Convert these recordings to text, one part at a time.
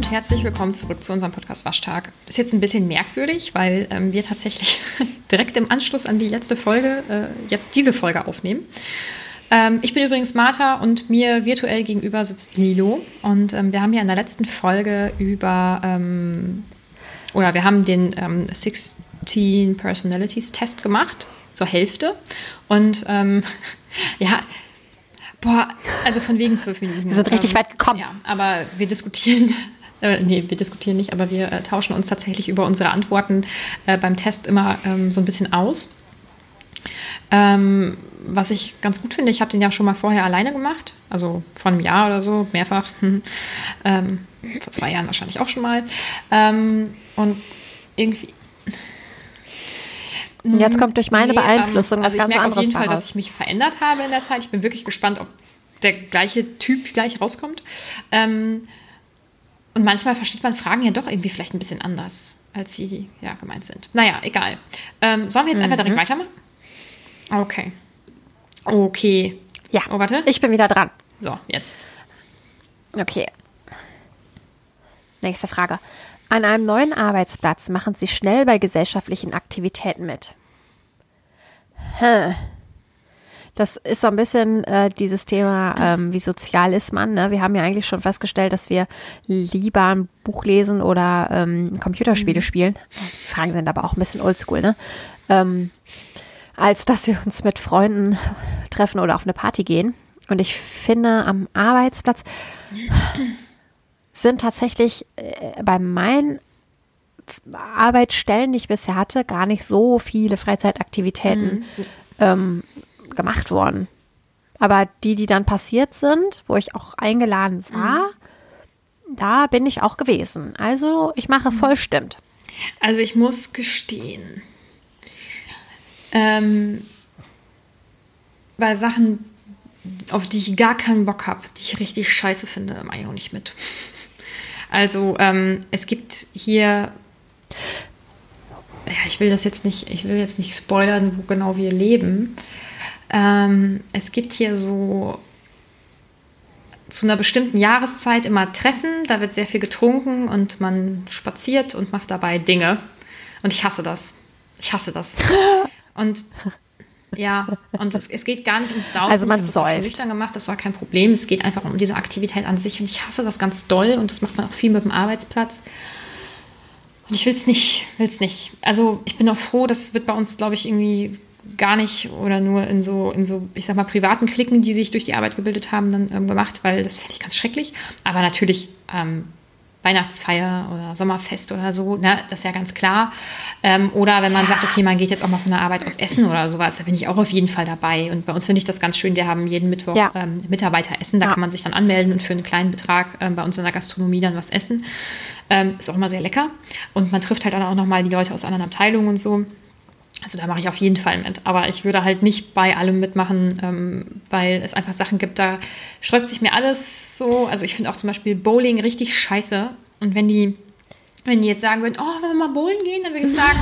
und herzlich willkommen zurück zu unserem Podcast Waschtag. Ist jetzt ein bisschen merkwürdig, weil wir tatsächlich direkt im Anschluss an die letzte Folge jetzt diese Folge aufnehmen. Ich bin übrigens Martha und mir virtuell gegenüber sitzt Lilo. Und wir haben ja in der letzten Folge wir haben den 16 Personalities Test gemacht, zur Hälfte. Und also von wegen 12 Minuten. Wir sind richtig weit gekommen. Ja, aber wir diskutieren, wir diskutieren nicht, aber wir tauschen uns tatsächlich über unsere Antworten beim Test immer so ein bisschen aus. Was ich ganz gut finde, ich habe den ja schon mal vorher alleine gemacht, also vor einem Jahr oder so, mehrfach. Vor 2 Jahren wahrscheinlich auch schon mal. Und irgendwie... Jetzt kommt durch meine Beeinflussung was ganz anderes auf jeden Fall, daraus. dass ich mich verändert habe in der Zeit. Ich bin wirklich gespannt, ob der gleiche Typ gleich rauskommt. Und manchmal versteht man Fragen ja doch irgendwie vielleicht ein bisschen anders, als sie ja gemeint sind. Naja, egal. Sollen wir jetzt einfach direkt weitermachen? Okay. Ja, oh, warte. Ich bin wieder dran. So, jetzt. Okay. Nächste Frage. An einem neuen Arbeitsplatz machen Sie schnell bei gesellschaftlichen Aktivitäten mit. Das ist so ein bisschen dieses Thema, wie sozial ist man. Ne? Wir haben ja eigentlich schon festgestellt, dass wir lieber ein Buch lesen oder Computerspiele spielen. Die Fragen sind aber auch ein bisschen oldschool, ne? Als dass wir uns mit Freunden treffen oder auf eine Party gehen. Und ich finde, am Arbeitsplatz sind tatsächlich bei meinen Arbeitsstellen, die ich bisher hatte, gar nicht so viele Freizeitaktivitäten gemacht worden. Aber die dann passiert sind, wo ich auch eingeladen war, da bin ich auch gewesen. Also ich mache voll stimmt. Also ich muss gestehen, bei Sachen, auf die ich gar keinen Bock habe, die ich richtig scheiße finde, mache ich auch nicht mit. Also es gibt hier, ja, ich will jetzt nicht spoilern, wo genau wir leben. Es gibt hier so zu einer bestimmten Jahreszeit immer Treffen, da wird sehr viel getrunken und man spaziert und macht dabei Dinge. Und ich hasse das. Und ja, und es geht gar nicht ums Saufen. Also man ich habe das auch nüchtern gemacht, das war kein Problem. Es geht einfach um diese Aktivität an sich und ich hasse das ganz doll und das macht man auch viel mit dem Arbeitsplatz. Und ich will's nicht. Also ich bin auch froh, das wird bei uns, glaube ich, irgendwie gar nicht oder nur in so, ich sag mal, privaten Cliquen, die sich durch die Arbeit gebildet haben, dann gemacht, weil das finde ich ganz schrecklich. Aber natürlich Weihnachtsfeier oder Sommerfest oder so, ne, das ist ja ganz klar. Oder wenn man sagt, okay, man geht jetzt auch mal von der Arbeit aus essen oder sowas, da bin ich auch auf jeden Fall dabei. Und bei uns finde ich das ganz schön, wir haben jeden Mittwoch Mitarbeiteressen, da kann man sich dann anmelden und für einen kleinen Betrag bei uns in der Gastronomie dann was essen. Ist auch immer sehr lecker. Und man trifft halt dann auch nochmal die Leute aus anderen Abteilungen und so. Also da mache ich auf jeden Fall mit. Aber ich würde halt nicht bei allem mitmachen, weil es einfach Sachen gibt, da sträubt sich mir alles so. Also ich finde auch zum Beispiel Bowling richtig scheiße. Und wenn die jetzt sagen würden, oh, wollen wir mal bowlen gehen, dann würde ich sagen,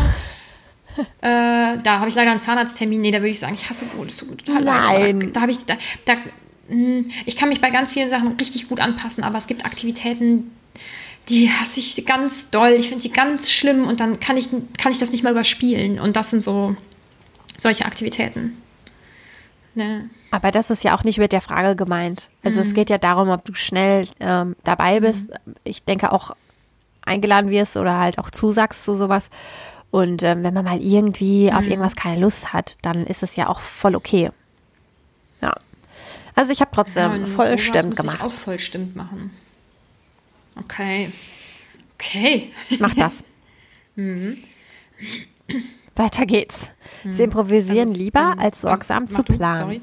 da habe ich leider einen Zahnarzttermin. Nee, da würde ich sagen, ich hasse Bowlen, es tut mir total leid. Ich kann mich bei ganz vielen Sachen richtig gut anpassen, aber es gibt Aktivitäten, die hasse ich ganz doll. Ich finde die ganz schlimm und dann kann ich das nicht mal überspielen. Und das sind so solche Aktivitäten. Ne. Aber das ist ja auch nicht mit der Frage gemeint. Also es geht ja darum, ob du schnell dabei bist. Ich denke auch eingeladen wirst oder halt auch zusagst zu sowas. Und wenn man mal irgendwie auf irgendwas keine Lust hat, dann ist es ja auch voll okay. Ja. Also ich habe trotzdem voll stimmt gemacht. Ich auch voll stimmt machen. Okay. Mach das. Weiter geht's. Sie improvisieren lieber, als sorgsam zu planen. Sorry.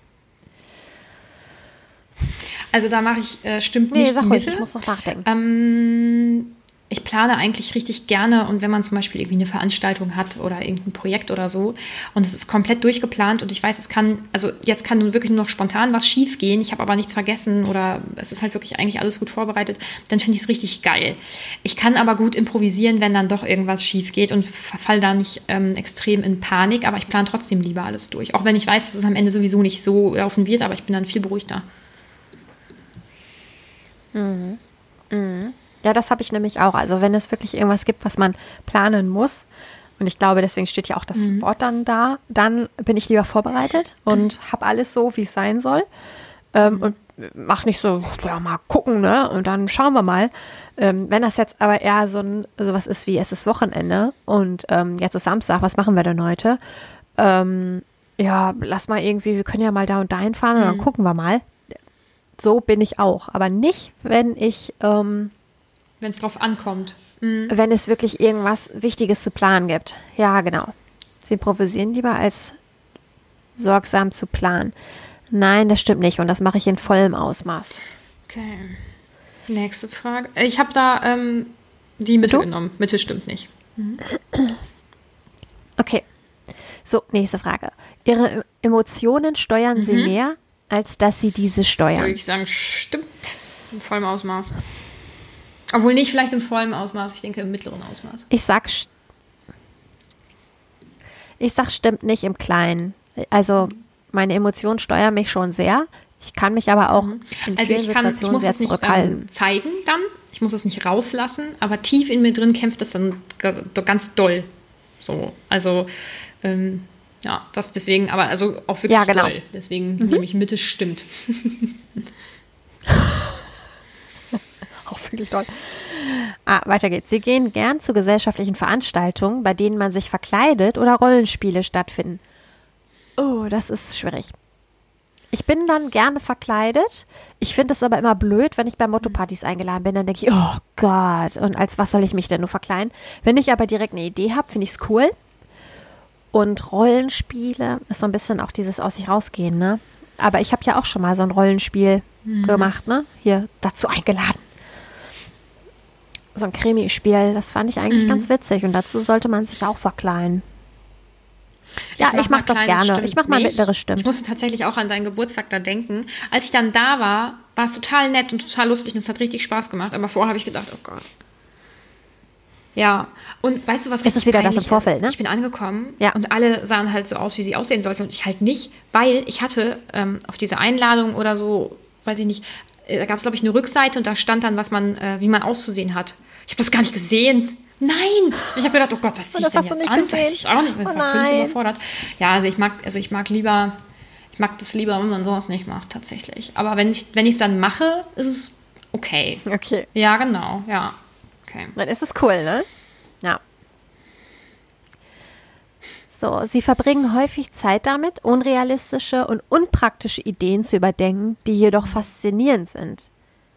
Also da mache ich stimmt nicht. Nee, sag ruhig, Mitte. ich muss noch nachdenken. Ich plane eigentlich richtig gerne und wenn man zum Beispiel irgendwie eine Veranstaltung hat oder irgendein Projekt oder so und es ist komplett durchgeplant und ich weiß, jetzt kann nun wirklich nur noch spontan was schief gehen, ich habe aber nichts vergessen oder es ist halt wirklich eigentlich alles gut vorbereitet, dann finde ich es richtig geil. Ich kann aber gut improvisieren, wenn dann doch irgendwas schief geht und verfalle da nicht extrem in Panik, aber ich plane trotzdem lieber alles durch. Auch wenn ich weiß, dass es am Ende sowieso nicht so laufen wird, aber ich bin dann viel beruhigter. Ja, Ja, das habe ich nämlich auch. Also wenn es wirklich irgendwas gibt, was man planen muss, und ich glaube, deswegen steht ja auch das Wort dann da, dann bin ich lieber vorbereitet und habe alles so, wie es sein soll. Und mach nicht so, ja, mal gucken, ne? Und dann schauen wir mal. Wenn das jetzt aber eher sowas ist wie, es ist Wochenende und jetzt ist Samstag, was machen wir denn heute? Ja, lass mal irgendwie, wir können ja mal da und dahin fahren und dann gucken wir mal. So bin ich auch. Aber nicht, wenn wenn es drauf ankommt. Wenn es wirklich irgendwas Wichtiges zu planen gibt. Ja, genau. Sie improvisieren lieber, als sorgsam zu planen. Nein, das stimmt nicht und das mache ich in vollem Ausmaß. Okay. Nächste Frage. Ich habe da die Mitte genommen. Mitte stimmt nicht. Okay. So, nächste Frage. Ihre Emotionen steuern Sie mehr, als dass Sie diese steuern? Würde ich sagen, stimmt. In vollem Ausmaß. Obwohl nicht vielleicht im vollen Ausmaß, ich denke im mittleren Ausmaß. Ich sag stimmt nicht im Kleinen. Also meine Emotionen steuern mich schon sehr. Ich kann mich aber auch in vielen Situationen sehr zurückhalten. Nicht zeigen dann. Ich muss es nicht rauslassen, aber tief in mir drin kämpft es dann ganz doll. So, also ja, das deswegen, aber also auch wirklich doll. Deswegen nehme ich Mitte stimmt. Auch wirklich toll. Weiter geht's. Sie gehen gern zu gesellschaftlichen Veranstaltungen, bei denen man sich verkleidet oder Rollenspiele stattfinden. Oh, das ist schwierig. Ich bin dann gerne verkleidet. Ich finde es aber immer blöd, wenn ich bei Motto-Partys eingeladen bin. Dann denke ich, oh Gott, und als was soll ich mich denn nur verkleiden? Wenn ich aber direkt eine Idee habe, finde ich es cool. Und Rollenspiele ist so ein bisschen auch dieses aus sich rausgehen, ne? Aber ich habe ja auch schon mal so ein Rollenspiel gemacht, ne? Hier dazu eingeladen. So ein Krimi-Spiel, das fand ich eigentlich ganz witzig. Und dazu sollte man sich auch verkleiden. Ja, ich mach das gerne. Ich mache mal mittlere Stimmen. Ich musste tatsächlich auch an deinen Geburtstag da denken. Als ich dann da war, war es total nett und total lustig und es hat richtig Spaß gemacht. Aber vorher habe ich gedacht, oh Gott. Ja, und weißt du, was richtig ist wieder das im Vorfeld, ist? Ne? Ich bin angekommen und alle sahen halt so aus, wie sie aussehen sollten und ich halt nicht, weil ich hatte auf diese Einladung oder so, weiß ich nicht, da gab es, glaube ich, eine Rückseite und da stand dann, wie man auszusehen hat. Ich habe das gar nicht gesehen. Nein! Ich habe gedacht, oh Gott, was ziehe ich denn jetzt an? Gesehen? Weiß ich auch nicht. Ich war völlig überfordert. Ja, also ich mag das lieber, wenn man sowas nicht macht, tatsächlich. Aber wenn ich es dann mache, ist es okay. Okay. Ja, genau, ja. Okay. Dann ist es cool, ne? Ja. So, Sie verbringen häufig Zeit damit, unrealistische und unpraktische Ideen zu überdenken, die jedoch faszinierend sind.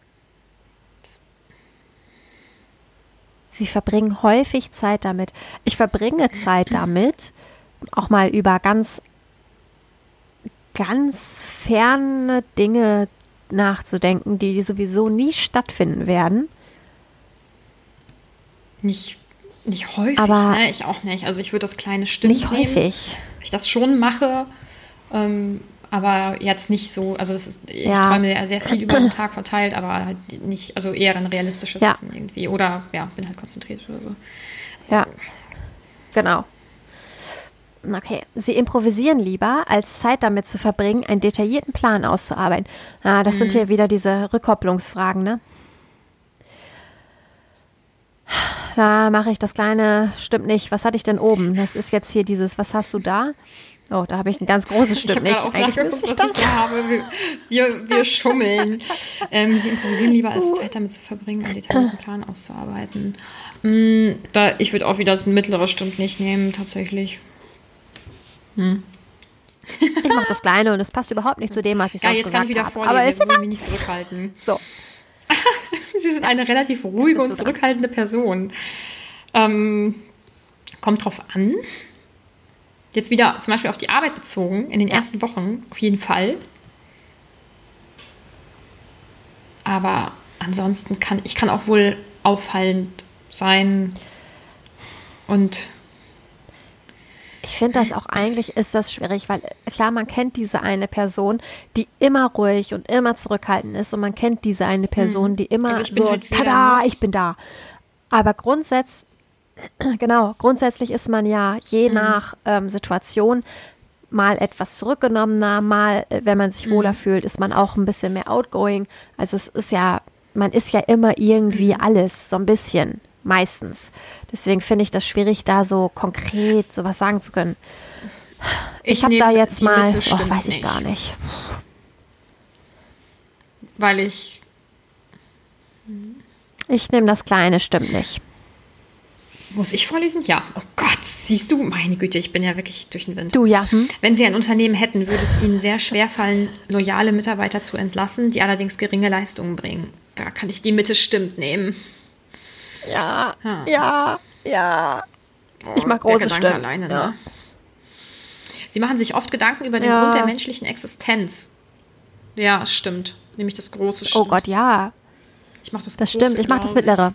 Sie verbringen häufig Zeit damit. Ich verbringe Zeit damit, auch mal über ganz, ganz ferne Dinge nachzudenken, die sowieso nie stattfinden werden. Nicht häufig, aber ne? Ich auch nicht. Also ich würde das kleine Stimmen nicht häufig. Weil ich das schon mache, aber jetzt nicht so, also ich träume ja sehr viel über den Tag verteilt, aber halt nicht, also eher dann realistische Sachen irgendwie. Oder bin halt konzentriert oder so. Ja, genau. Okay, Sie improvisieren lieber, als Zeit damit zu verbringen, einen detaillierten Plan auszuarbeiten. Das sind hier wieder diese Rückkopplungsfragen, ne? Da mache ich das kleine, stimmt nicht. Was hatte ich denn oben? Das ist jetzt hier dieses, was hast du da? Oh, da habe ich ein ganz großes Stimmt nicht. Eigentlich müsste ich das habe. Wir schummeln. Sie improvisieren lieber, als Zeit damit zu verbringen, einen detaillierten Plan auszuarbeiten. Ich würde auch wieder das mittlere Stimmt nicht nehmen, tatsächlich. Ich mache das kleine und es passt überhaupt nicht zu dem, was ich sonst gesagt habe. Ja, jetzt kann ich wieder vorlesen, aber ich will mich nicht zurückhalten. So. Sie sind eine relativ ruhige und zurückhaltende Person. Kommt drauf an. Jetzt wieder zum Beispiel auf die Arbeit bezogen, in den ersten Wochen auf jeden Fall. Aber ansonsten kann ich auch wohl auffallend sein und ich finde das auch eigentlich ist das schwierig, weil klar, man kennt diese eine Person, die immer ruhig und immer zurückhaltend ist und man kennt diese eine Person, die immer also ich bin so, halt tada, ich bin da. Aber grundsätzlich ist man ja je nach Situation mal etwas zurückgenommener, mal, wenn man sich wohler fühlt, ist man auch ein bisschen mehr outgoing. Also es ist ja man ist ja immer irgendwie alles, so ein bisschen, meistens. Deswegen finde ich das schwierig, da so konkret sowas sagen zu können. Ich habe da jetzt mal, weiß ich gar nicht. Weil ich nehme das Kleine, stimmt nicht. Muss ich vorlesen? Ja. Oh Gott, siehst du? Meine Güte, ich bin ja wirklich durch den Wind. Du, ja. Wenn Sie ein Unternehmen hätten, würde es Ihnen sehr schwer fallen, loyale Mitarbeiter zu entlassen, die allerdings geringe Leistungen bringen. Da kann ich die Mitte stimmt nehmen. Ja. Ich mache große Stimmen. Alleine, ne? Sie machen sich oft Gedanken über den Grund der menschlichen Existenz. Ja, es stimmt. Nämlich das große Stimmt. Oh Gott, ja. Ich mache das große, stimmt, ich mache das mittlere.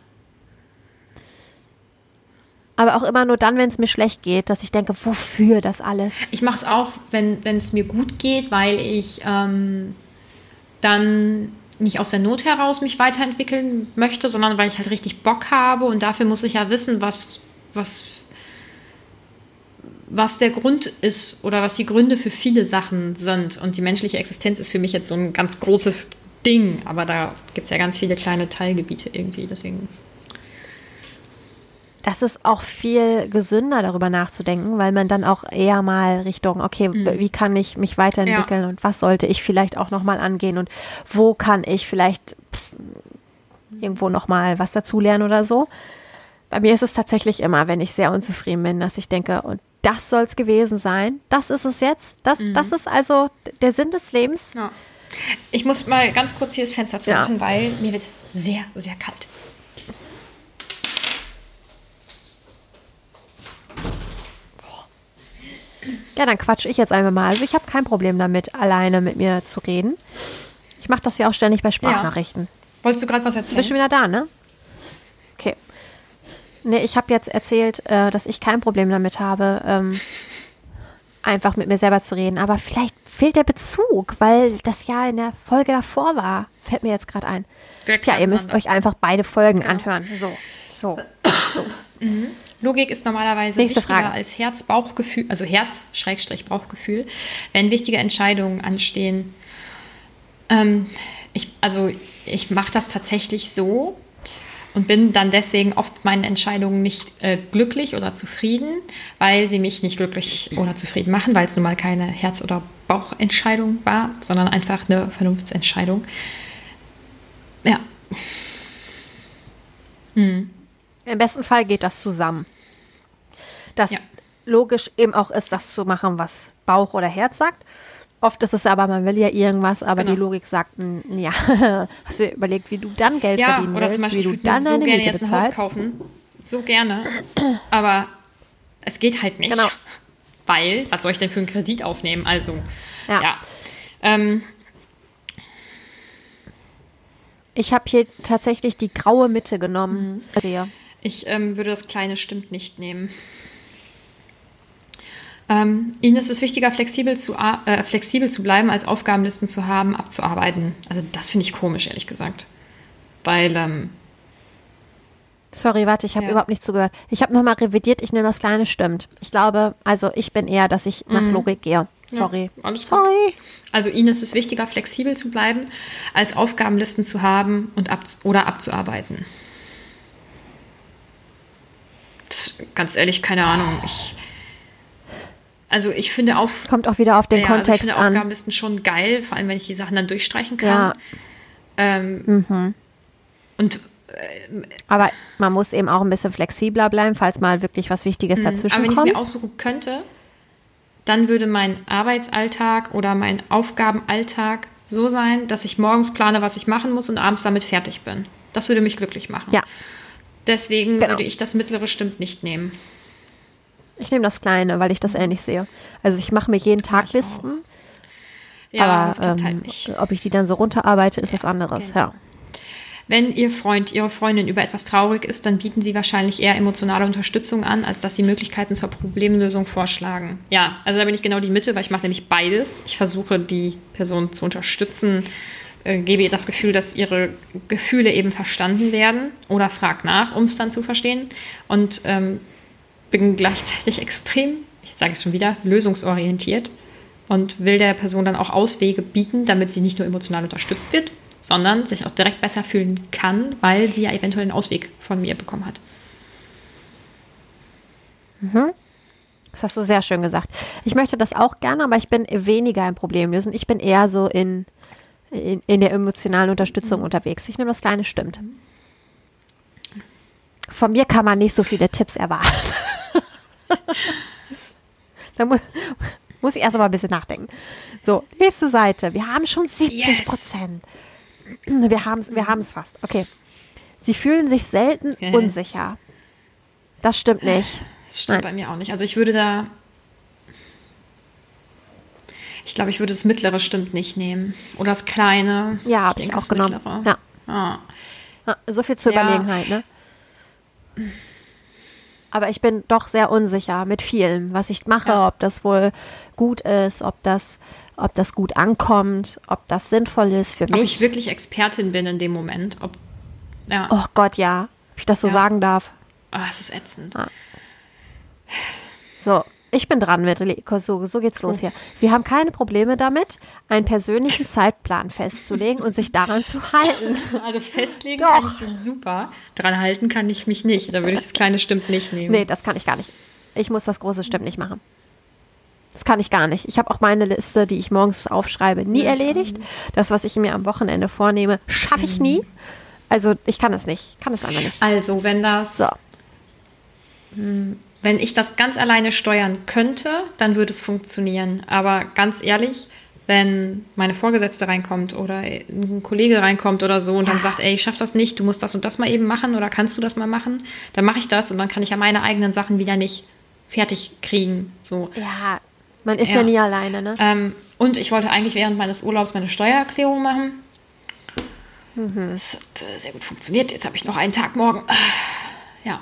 Aber auch immer nur dann, wenn es mir schlecht geht, dass ich denke, wofür das alles? Ich mache es auch, wenn es mir gut geht, weil ich dann nicht aus der Not heraus mich weiterentwickeln möchte, sondern weil ich halt richtig Bock habe. Und dafür muss ich ja wissen, was der Grund ist oder was die Gründe für viele Sachen sind. Und die menschliche Existenz ist für mich jetzt so ein ganz großes Ding. Aber da gibt es ja ganz viele kleine Teilgebiete irgendwie. Deswegen. Das ist auch viel gesünder, darüber nachzudenken, weil man dann auch eher mal Richtung, okay, wie kann ich mich weiterentwickeln und was sollte ich vielleicht auch nochmal angehen und wo kann ich vielleicht irgendwo nochmal was dazulernen oder so. Bei mir ist es tatsächlich immer, wenn ich sehr unzufrieden bin, dass ich denke, und das soll es gewesen sein, das ist es jetzt, das ist also der Sinn des Lebens. Ja. Ich muss mal ganz kurz hier das Fenster zumachen, weil mir wird sehr, sehr kalt. Ja, dann quatsche ich jetzt einfach mal. Also ich habe kein Problem damit, alleine mit mir zu reden. Ich mache das ja auch ständig bei Sprachnachrichten. Ja. Wolltest du gerade was erzählen? Bist du wieder da, ne? Okay. Nee, ich habe jetzt erzählt, dass ich kein Problem damit habe, einfach mit mir selber zu reden. Aber vielleicht fehlt der Bezug, weil das ja in der Folge davor war. Fällt mir jetzt gerade ein. Tja, ihr müsst euch einfach beide Folgen anhören. So. Mhm. Logik ist normalerweise wichtiger als Herz-Bauchgefühl, also Herz-Bauchgefühl, wenn wichtige Entscheidungen anstehen. Ich mache das tatsächlich so und bin dann deswegen oft mit meinen Entscheidungen nicht glücklich oder zufrieden, weil sie mich nicht glücklich oder zufrieden machen, weil es nun mal keine Herz- oder Bauchentscheidung war, sondern einfach eine Vernunftsentscheidung. Ja. Im besten Fall geht das zusammen. Das logisch eben auch ist, das zu machen, was Bauch oder Herz sagt. Oft ist es aber, man will ja irgendwas, aber die Logik sagt, ja, hast du dir überlegt, wie du dann Geld verdienen oder willst, zum Beispiel, wie du dann deine Miete bezahlst? Ein Haus kaufen. So gerne. Aber es geht halt nicht. Genau. Weil, was soll ich denn für einen Kredit aufnehmen? Also, ich habe hier tatsächlich die graue Mitte genommen. Ich würde das Kleine stimmt nicht nehmen. Ihnen ist es wichtiger, flexibel zu bleiben, als Aufgabenlisten zu haben, abzuarbeiten. Also das finde ich komisch, ehrlich gesagt. Weil, sorry, warte, ich habe überhaupt nicht zugehört. Ich habe nochmal revidiert, ich nehme das Kleine stimmt. Ich glaube, also ich bin eher, dass ich nach Logik gehe. Sorry. Ja, alles gut. Sorry. Also Ihnen ist es wichtiger, flexibel zu bleiben, als Aufgabenlisten zu haben und abzuarbeiten. Ganz ehrlich, keine Ahnung. Ich finde kommt auch wieder auf den Kontext ich finde an. Aufgabenlisten schon geil, vor allem wenn ich die Sachen dann durchstreichen kann. Ja. Aber man muss eben auch ein bisschen flexibler bleiben, falls mal wirklich was Wichtiges dazwischen kommt. Aber wenn ich es mir aussuchen könnte, dann würde mein Arbeitsalltag oder mein Aufgabenalltag so sein, dass ich morgens plane, was ich machen muss und abends damit fertig bin. Das würde mich glücklich machen. Ja. Deswegen würde ich das mittlere stimmt nicht nehmen. Ich nehme das Kleine, weil ich das ähnlich sehe. Also ich mache mir jeden Tag Listen. Ja, aber das klappt halt nicht. Ob ich die dann so runterarbeite, ist was anderes. Genau. Ja. Wenn Ihr Freund, Ihre Freundin über etwas traurig ist, dann bieten Sie wahrscheinlich eher emotionale Unterstützung an, als dass Sie Möglichkeiten zur Problemlösung vorschlagen. Ja, also da bin ich genau die Mitte, weil ich mache nämlich beides. Ich versuche, die Person zu unterstützen, gebe ihr das Gefühl, dass ihre Gefühle eben verstanden werden oder frage nach, um es dann zu verstehen. Und bin gleichzeitig extrem, ich sage es schon wieder, lösungsorientiert und will der Person dann auch Auswege bieten, damit sie nicht nur emotional unterstützt wird, sondern sich auch direkt besser fühlen kann, weil sie ja eventuell einen Ausweg von mir bekommen hat. Das hast du sehr schön gesagt. Ich möchte das auch gerne, aber ich bin weniger im Problemlösen. Ich bin eher so in der emotionalen Unterstützung unterwegs. Ich nehme das Kleine, stimmt. Von mir kann man nicht so viele Tipps erwarten. Da muss ich erst mal ein bisschen nachdenken. So, nächste Seite. Wir haben schon 70%. Wir haben es fast. Okay. Sie fühlen sich selten unsicher. Das stimmt nicht. Das stimmt bei mir auch nicht. Also ich würde das mittlere stimmt nicht nehmen. Oder das kleine. Ja, habe ich auch genommen. Ja. Ah. So viel zur Überlegenheit, ne? Aber ich bin doch sehr unsicher mit vielem, was ich mache, ob das wohl gut ist, ob das gut ankommt, ob das sinnvoll ist für mich. Ob ich wirklich Expertin bin in dem Moment. Oh Gott, ja. Ob ich das so sagen darf. Es ist ätzend. Ja. So, ich bin dran mit so geht's los hier. Sie haben keine Probleme damit, einen persönlichen Zeitplan festzulegen und sich daran zu halten. Also festlegen kann ich den super. Dran halten kann ich mich nicht. Da würde ich das kleine stimmt nicht nehmen. Nee, das kann ich gar nicht. Ich muss das große stimmt nicht machen. Das kann ich gar nicht. Ich habe auch meine Liste, die ich morgens aufschreibe, nie erledigt. Das, was ich mir am Wochenende vornehme, schaffe ich nie. Also ich kann es nicht. Ich kann es einfach nicht. Also wenn wenn ich das ganz alleine steuern könnte, dann würde es funktionieren. Aber ganz ehrlich, wenn meine Vorgesetzte reinkommt oder ein Kollege reinkommt oder so und dann sagt, ey, ich schaffe das nicht, du musst das und das mal eben machen oder kannst du das mal machen, dann mache ich das und dann kann ich ja meine eigenen Sachen wieder nicht fertig kriegen. So. Ja, man ist ja nie alleine, ne? Und ich wollte eigentlich während meines Urlaubs meine Steuererklärung machen. Das hat sehr gut funktioniert. Jetzt habe ich noch einen Tag morgen. Ja.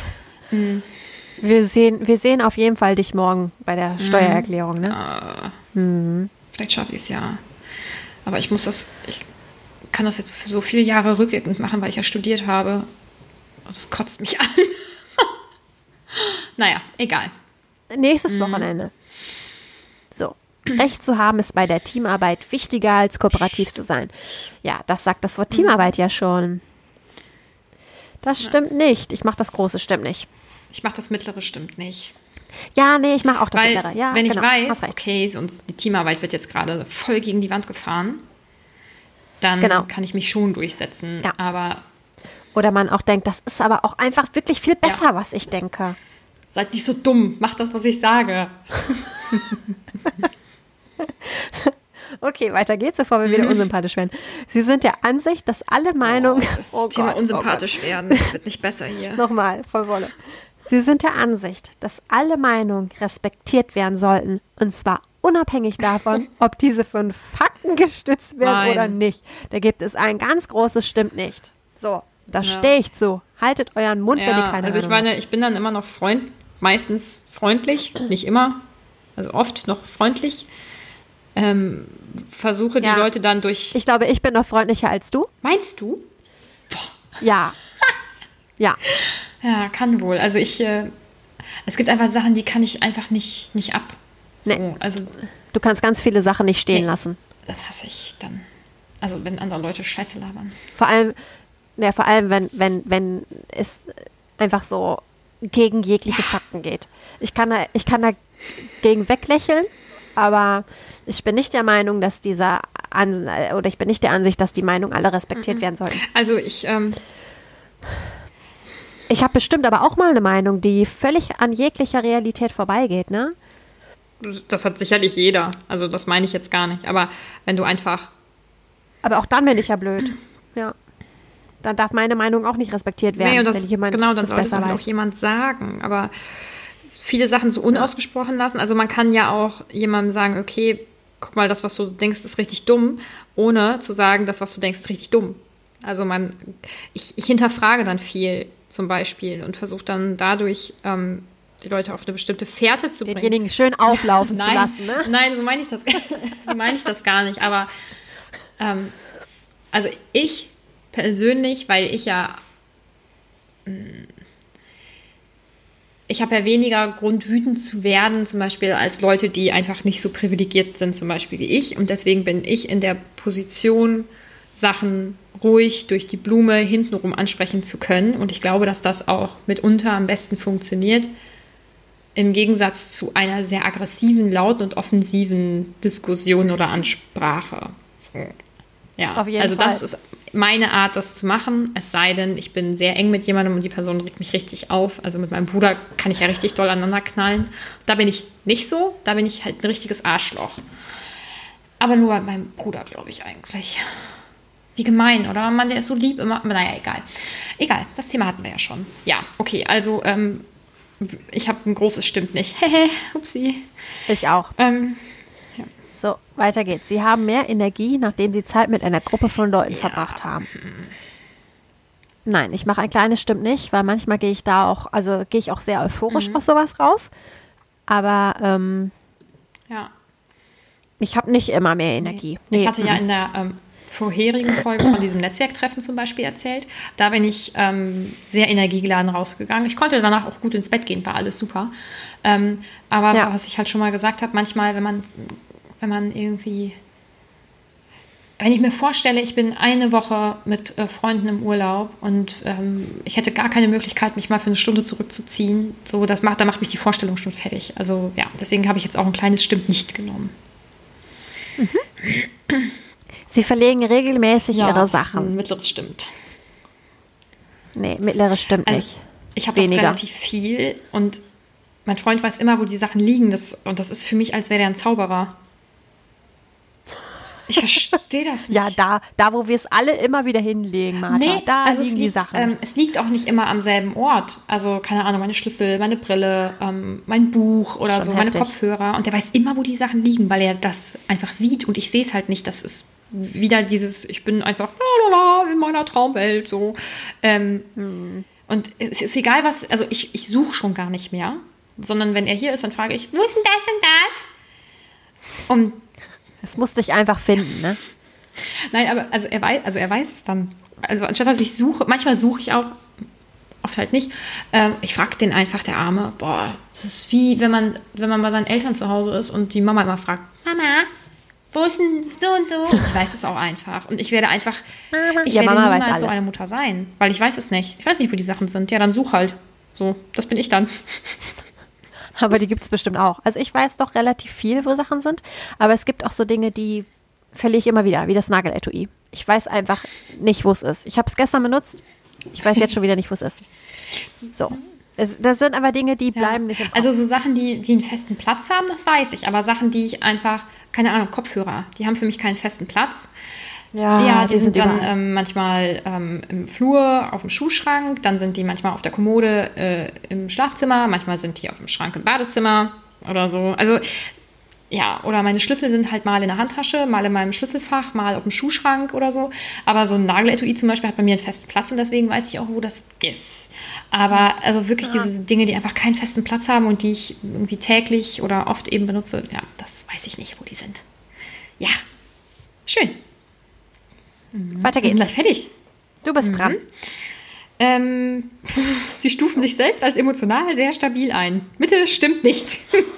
Wir sehen auf jeden Fall dich morgen bei der Steuererklärung, ne? Vielleicht schaffe ich es ja. Aber ich kann das jetzt für so viele Jahre rückwirkend machen, weil ich ja studiert habe. Und das kotzt mich an. Naja, egal. Nächstes Wochenende. So. Recht zu haben ist bei der Teamarbeit wichtiger als kooperativ zu sein. Ja, das sagt das Wort Teamarbeit ja schon. Das stimmt nicht. Ich mache das große stimmt nicht. Ich mache das mittlere stimmt nicht. Ja, nee, ich mache auch das mittlere. Ja, wenn ich weiß, okay, sonst die Teamarbeit wird jetzt gerade voll gegen die Wand gefahren, dann kann ich mich schon durchsetzen. Ja. Aber oder man auch denkt, das ist aber auch einfach wirklich viel besser, was ich denke. Seid nicht so dumm, macht das, was ich sage. Okay, weiter geht's, bevor wir wieder unsympathisch werden. Sie sind der Ansicht, dass alle Meinungen... Thema unsympathisch werden, das wird nicht besser hier. Nochmal, voll Wolle. Sie sind der Ansicht, dass alle Meinungen respektiert werden sollten. Und zwar unabhängig davon, ob diese von Fakten gestützt werden oder nicht. Da gibt es ein ganz großes Stimmt nicht. So, da stehe ich zu. Haltet euren Mund, wenn ihr keine Also ich bin dann immer noch meistens freundlich, nicht immer, also oft noch freundlich. Versuche die Leute dann durch... Ich glaube, ich bin noch freundlicher als du. Meinst du? Boah. Ja. Ja. Ja, kann wohl. Also es gibt einfach Sachen, die kann ich einfach nicht ab. So, nee. Also, du kannst ganz viele Sachen nicht stehen lassen. Das hasse ich dann. Also wenn andere Leute Scheiße labern. Vor allem wenn es einfach so gegen jegliche Fakten geht. Ich kann da gegen weglächeln, aber ich bin nicht der Meinung, dass ich bin nicht der Ansicht, dass die Meinungen alle respektiert werden sollten. Also ich habe bestimmt aber auch mal eine Meinung, die völlig an jeglicher Realität vorbeigeht, ne? Das hat sicherlich jeder. Also das meine ich jetzt gar nicht. Aber wenn du einfach... Aber auch dann bin ich ja blöd. Ja. Dann darf meine Meinung auch nicht respektiert werden, wenn jemand dann soll es auch jemand sagen. Aber viele Sachen so unausgesprochen lassen. Also man kann ja auch jemandem sagen, okay, guck mal, das, was du denkst, ist richtig dumm, ohne zu sagen, das, was du denkst, ist richtig dumm. Also ich hinterfrage dann viel zum Beispiel und versuche dann dadurch die Leute auf eine bestimmte Fährte zu bringen. Denjenigen schön auflaufen zu lassen, ne? Nein, so meine ich das gar nicht. Aber also ich persönlich, weil ich habe ja weniger Grund, wütend zu werden, zum Beispiel als Leute, die einfach nicht so privilegiert sind, zum Beispiel wie ich. Und deswegen bin ich in der Position, Sachen ruhig durch die Blume hintenrum ansprechen zu können. Und ich glaube, dass das auch mitunter am besten funktioniert, im Gegensatz zu einer sehr aggressiven, lauten und offensiven Diskussion oder Ansprache. So. Ja, Das auf jeden also Fall. das ist meine Art, das zu machen. Es sei denn, ich bin sehr eng mit jemandem und die Person regt mich richtig auf. Also mit meinem Bruder kann ich ja richtig doll aneinander knallen. Da bin ich nicht so. Da bin ich halt ein richtiges Arschloch. Aber nur bei meinem Bruder, glaube ich eigentlich. Wie gemein, oder? Mann, der ist so lieb immer. Naja, egal. Egal, das Thema hatten wir ja schon. Ja, okay, also ich habe ein großes Stimmt nicht. Hehe, upsi. Ich auch. So, weiter geht's. Sie haben mehr Energie, nachdem sie Zeit mit einer Gruppe von Leuten verbracht haben. Nein, ich mache ein kleines Stimmt nicht, weil manchmal gehe ich auch sehr euphorisch aus sowas raus. Aber Ja. ich habe nicht immer mehr Energie. Ich hatte ja in der vorherigen Folge von diesem Netzwerktreffen zum Beispiel erzählt. Da bin ich sehr energiegeladen rausgegangen. Ich konnte danach auch gut ins Bett gehen, war alles super. Aber was ich halt schon mal gesagt habe, manchmal, wenn man irgendwie, wenn ich mir vorstelle, ich bin eine Woche mit Freunden im Urlaub und ich hätte gar keine Möglichkeit, mich mal für eine Stunde zurückzuziehen, so, da macht mich die Vorstellung schon fertig. Also ja, deswegen habe ich jetzt auch ein kleines Stimmt nicht genommen. Sie verlegen regelmäßig ihre Das ist Sachen. ein mittleres Stimmt. Nee, mittleres stimmt Also, nicht. ich habe das Weniger. relativ viel und mein Freund weiß immer, wo die Sachen liegen. Und das ist für mich, als wäre der ein Zauberer. Ich verstehe das nicht. Ja, da wo wir es alle immer wieder hinlegen, Martha. Da also liegen die Sachen. Es liegt auch nicht immer am selben Ort. Also, keine Ahnung, meine Schlüssel, meine Brille, mein Buch oder Schon so, heftig. meine Kopfhörer. Und der weiß immer, wo die Sachen liegen, weil er das einfach sieht und ich sehe es halt nicht. Das ist wieder dieses, ich bin einfach in meiner Traumwelt so. Und es ist egal, was, also ich suche schon gar nicht mehr, sondern wenn er hier ist, dann frage ich, wo ist denn das und das? Und Es musste ich einfach finden, ne? nein, aber er weiß es dann. Also anstatt dass ich suche, manchmal suche ich auch, oft halt nicht. Ich frage den einfach, der Arme, boah, das ist wie, wenn man bei seinen Eltern zu Hause ist und die Mama immer fragt, Mama, wo ist denn so und so? Und ich weiß es auch einfach. Und ich werde einfach, ich werde Mama weiß niemals so alles. eine Mutter sein, weil ich weiß es nicht. Ich weiß nicht, wo die Sachen sind. Ja, dann such halt. So, das bin ich dann. Aber die gibt es bestimmt auch. Also ich weiß doch relativ viel, wo Sachen sind. Aber es gibt auch so Dinge, die verliere ich immer wieder, wie das Nageletui. Ich weiß einfach nicht, wo es ist. Ich habe es gestern benutzt. Ich weiß jetzt schon wieder nicht, wo es ist. So. Das sind aber Dinge, die bleiben nicht im Kopf. Also so Sachen, die einen festen Platz haben, das weiß ich. Aber Sachen, die ich einfach, keine Ahnung, Kopfhörer, die haben für mich keinen festen Platz. Ja, die sind dann manchmal im Flur auf dem Schuhschrank, dann sind die manchmal auf der Kommode im Schlafzimmer, manchmal sind die auf dem Schrank im Badezimmer oder so. Also ja, oder meine Schlüssel sind halt mal in der Handtasche, mal in meinem Schlüsselfach, mal auf dem Schuhschrank oder so. Aber so ein Nageletui zum Beispiel hat bei mir einen festen Platz und deswegen weiß ich auch, wo das ist. Aber also wirklich diese Dinge, die einfach keinen festen Platz haben und die ich irgendwie täglich oder oft eben benutze, ja, das weiß ich nicht, wo die sind. Ja, schön. Weiter Wir sind geht's. gleich fertig. Du bist dran. Sie stufen sich selbst als emotional sehr stabil ein. Mitte stimmt nicht.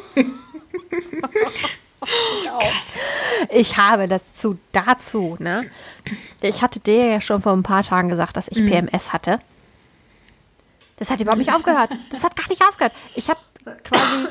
Ich habe dazu, ne? Ich hatte dir ja schon vor ein paar Tagen gesagt, dass ich PMS hatte. Das hat überhaupt nicht aufgehört. Das hat gar nicht aufgehört. Ich habe quasi,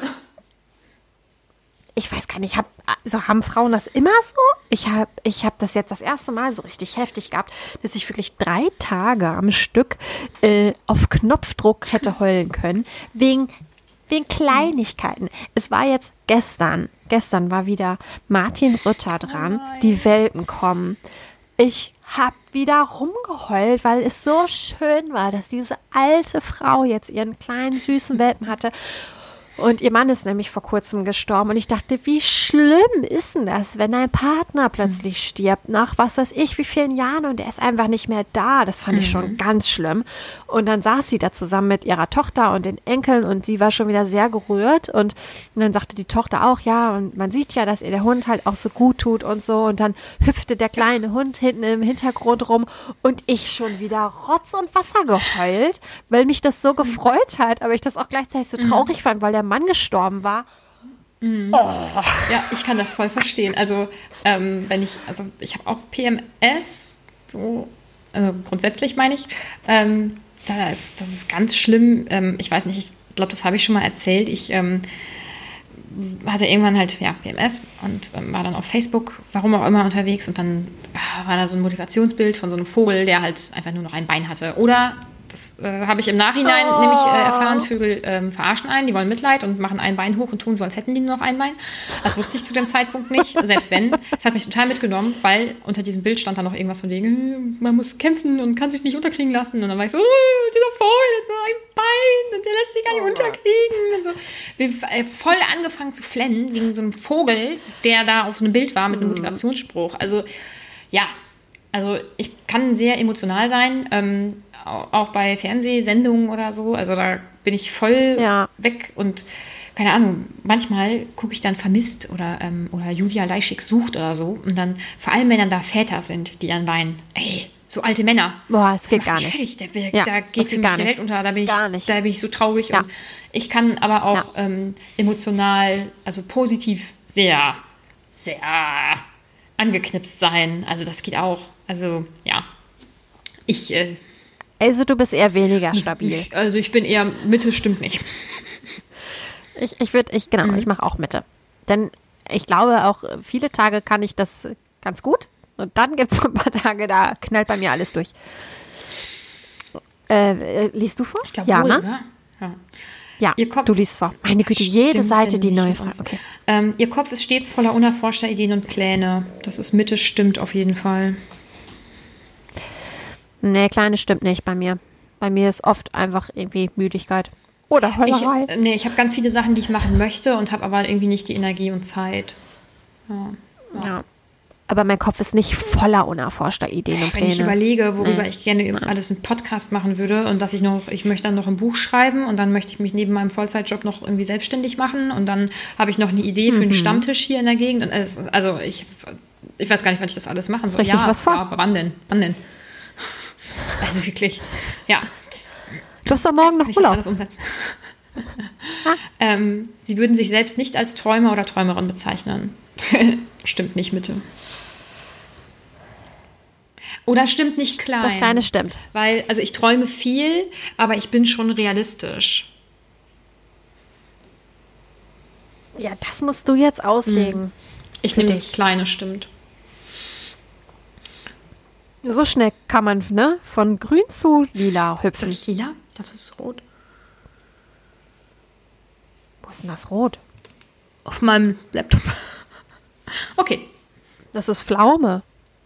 ich weiß gar nicht, haben Frauen das immer so? Ich hab das jetzt das erste Mal so richtig heftig gehabt, dass ich wirklich 3 Tage am Stück auf Knopfdruck hätte heulen können, wegen Kleinigkeiten. Es war jetzt gestern war wieder Martin Rütter dran, die Welpen kommen. Ich habe wieder rumgeheult, weil es so schön war, dass diese alte Frau jetzt ihren kleinen, süßen Welpen hatte. Und ihr Mann ist nämlich vor kurzem gestorben. Und ich dachte, wie schlimm ist denn das, wenn dein Partner plötzlich stirbt, nach was weiß ich wie vielen Jahren und er ist einfach nicht mehr da. Das fand ich schon ganz schlimm. Und dann saß sie da zusammen mit ihrer Tochter und den Enkeln und sie war schon wieder sehr gerührt. Und dann sagte die Tochter auch, ja, und man sieht ja, dass ihr der Hund halt auch so gut tut und so. Und dann hüpfte der kleine Hund hinten im Hintergrund rum und ich schon wieder Rotz und Wasser geheult, weil mich das so gefreut hat, aber ich das auch gleichzeitig so traurig fand, weil der Mann gestorben war. Ja, ich kann das voll verstehen. Also, ich habe auch PMS So, also grundsätzlich meine ich. Das ist ganz schlimm. Ich weiß nicht, ich glaube, das habe ich schon mal erzählt. Ich hatte irgendwann halt PMS und war dann auf Facebook, warum auch immer, unterwegs. Und dann war da so ein Motivationsbild von so einem Vogel, der halt einfach nur noch ein Bein hatte. Oder, das habe ich im Nachhinein nämlich erfahren, Vögel verarschen einen, die wollen Mitleid und machen ein Bein hoch und tun so, als hätten die nur noch ein Bein. Das wusste ich zu dem Zeitpunkt nicht, selbst wenn. Das hat mich total mitgenommen, weil unter diesem Bild stand dann noch irgendwas von wegen, man muss kämpfen und kann sich nicht unterkriegen lassen. Und dann war ich so, dieser Vogel hat nur ein Bein und der lässt sich gar nicht unterkriegen. Und so. Wir voll angefangen zu flennen wegen so einem Vogel, der da auf so einem Bild war mit einem Motivationsspruch. Also, ja, also ich kann sehr emotional sein, auch bei Fernsehsendungen oder so. Also da bin ich voll weg und keine Ahnung, manchmal gucke ich dann Vermisst oder Julia Leischig sucht oder so. Und dann, vor allem wenn dann da Väter sind, die dann weinen, ey, so alte Männer. Boah, das geht gar nicht. Da geht für mich die Welt unter, da bin ich so traurig. Ja. Und ich kann aber auch emotional, also positiv sehr, sehr angeknipst sein. Also das geht auch. Also ja, also du bist eher weniger stabil. Ich bin eher Mitte, stimmt nicht. Ich mache auch Mitte. Denn ich glaube auch, viele Tage kann ich das ganz gut. Und dann gibt es so ein paar Tage, da knallt bei mir alles durch. Liest du vor? Ich glaube, wohl, ne? Ja, du liest vor. Meine Güte, jede Seite die neue Frage. Okay. Ihr Kopf ist stets voller unerforschter Ideen und Pläne. Das ist Mitte, stimmt auf jeden Fall. Nee, Kleine stimmt nicht bei mir. Bei mir ist oft einfach irgendwie Müdigkeit. Oder Heulerei. Ich habe ganz viele Sachen, die ich machen möchte und habe aber irgendwie nicht die Energie und Zeit. Ja. Aber mein Kopf ist nicht voller unerforschter Ideen und Pläne. Wenn ich überlege, worüber ich gerne alles einen Podcast machen würde und dass ich möchte dann noch ein Buch schreiben und dann möchte ich mich neben meinem Vollzeitjob noch irgendwie selbstständig machen und dann habe ich noch eine Idee für einen Stammtisch hier in der Gegend. Und ich weiß gar nicht, wann ich das alles machen soll. Richtig was vor? Aber wann denn? Also wirklich, ja. Du hast doch morgen noch Urlaub. Das alles umsetzen. Sie würden sich selbst nicht als Träumer oder Träumerin bezeichnen. Stimmt nicht, Mitte. Oder stimmt nicht klein. Das Kleine stimmt. Weil, also ich träume viel, aber ich bin schon realistisch. Ja, das musst du jetzt auslegen. Ich nehme das Kleine, stimmt. So schnell kann man, von grün zu lila hüpfen. Ist das lila? Das ist rot. Wo ist denn das rot? Auf meinem Laptop. Okay. Das ist Pflaume.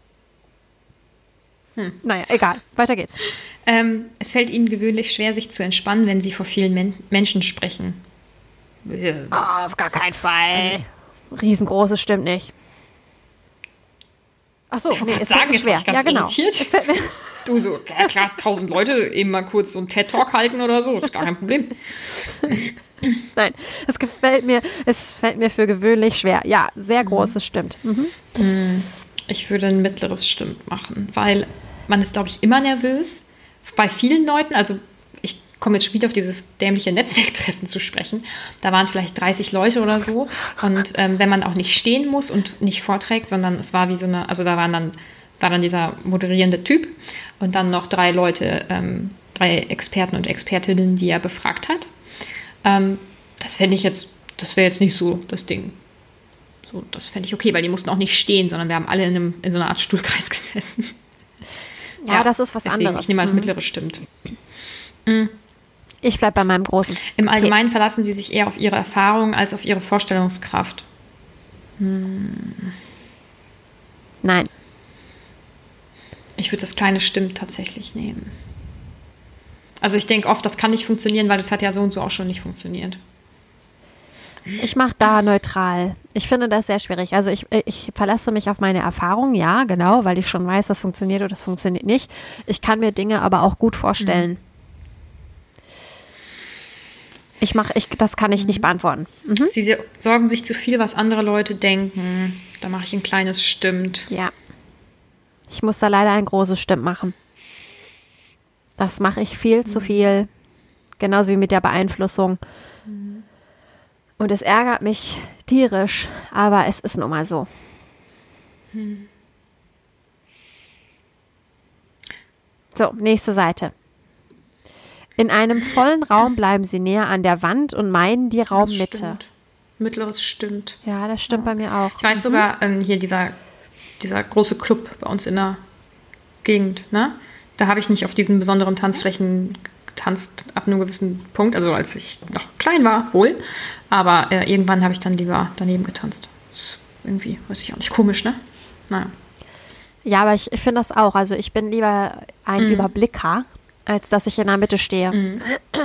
Naja, egal. Weiter geht's. Es fällt Ihnen gewöhnlich schwer, sich zu entspannen, wenn Sie vor vielen Menschen sprechen. Auf gar keinen Fall. Also, riesengroßes stimmt nicht. Ach so, nee, es fällt mir schwer. Ja, genau. Du so, ja klar, 1000 Leute eben mal kurz so einen TED-Talk halten oder so, ist gar kein Problem. Nein, es fällt mir für gewöhnlich schwer. Ja, sehr großes stimmt. Ich würde ein mittleres stimmt machen, weil man ist, glaube ich, immer nervös. Bei vielen Leuten, also ich komme jetzt später auf dieses dämliche Netzwerktreffen zu sprechen, da waren vielleicht 30 Leute oder so und wenn man auch nicht stehen muss und nicht vorträgt, sondern es war wie so eine, also da war dann dieser moderierende Typ und dann noch 3 Leute, 3 Experten und Expertinnen, die er befragt hat. Das wäre jetzt nicht so das Ding. So, das fände ich okay, weil die mussten auch nicht stehen, sondern wir haben alle in so einer Art Stuhlkreis gesessen. Ja, das ist was deswegen, anderes. Ich nehme als mittleres stimmt. Ich bleibe bei meinem Großen. Im Allgemeinen verlassen Sie sich eher auf Ihre Erfahrung als auf Ihre Vorstellungskraft. Nein. Ich würde das Kleine stimmt tatsächlich nehmen. Also ich denke oft, das kann nicht funktionieren, weil das hat ja so und so auch schon nicht funktioniert. Ich mache da neutral. Ich finde das sehr schwierig. Also ich verlasse mich auf meine Erfahrung, ja, genau, weil ich schon weiß, das funktioniert oder das funktioniert nicht. Ich kann mir Dinge aber auch gut vorstellen. Das kann ich nicht beantworten. Sie sorgen sich zu viel, was andere Leute denken. Da mache ich ein kleines Stimmt. Ja. Ich muss da leider ein großes Stimmt machen. Das mache ich viel zu viel. Genauso wie mit der Beeinflussung. Und es ärgert mich tierisch, aber es ist nun mal so. So, nächste Seite. In einem vollen Raum bleiben sie näher an der Wand und meiden die Raummitte. Stimmt. Mittleres stimmt. Ja, das stimmt bei mir auch. Ich weiß sogar, hier dieser große Club bei uns in der Gegend, ne? Da habe ich nicht auf diesen besonderen Tanzflächen getanzt, ab einem gewissen Punkt, also als ich noch klein war, wohl. Aber irgendwann habe ich dann lieber daneben getanzt. Das ist irgendwie, weiß ich auch nicht, komisch, ne? Naja. Ja, aber ich finde das auch. Also ich bin lieber ein Überblicker, als dass ich in der Mitte stehe.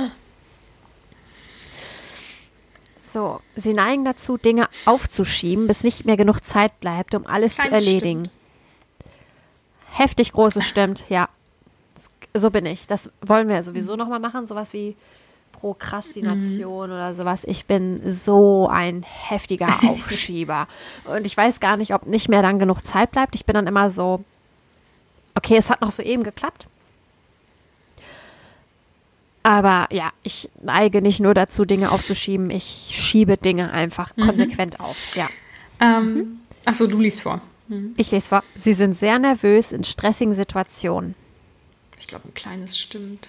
So, sie neigen dazu, Dinge aufzuschieben, bis nicht mehr genug Zeit bleibt, um alles zu erledigen. Heftig großes stimmt, ja. So bin ich. Das wollen wir sowieso nochmal machen, sowas wie Prokrastination oder sowas. Ich bin so ein heftiger Aufschieber. Und ich weiß gar nicht, ob nicht mehr dann genug Zeit bleibt. Ich bin dann immer so, okay, es hat noch soeben geklappt. Aber ja, ich neige nicht nur dazu, Dinge aufzuschieben. Ich schiebe Dinge einfach konsequent auf. Ja. Achso, du liest vor. Ich lese vor. Sie sind sehr nervös in stressigen Situationen. Ich glaube, ein kleines stimmt.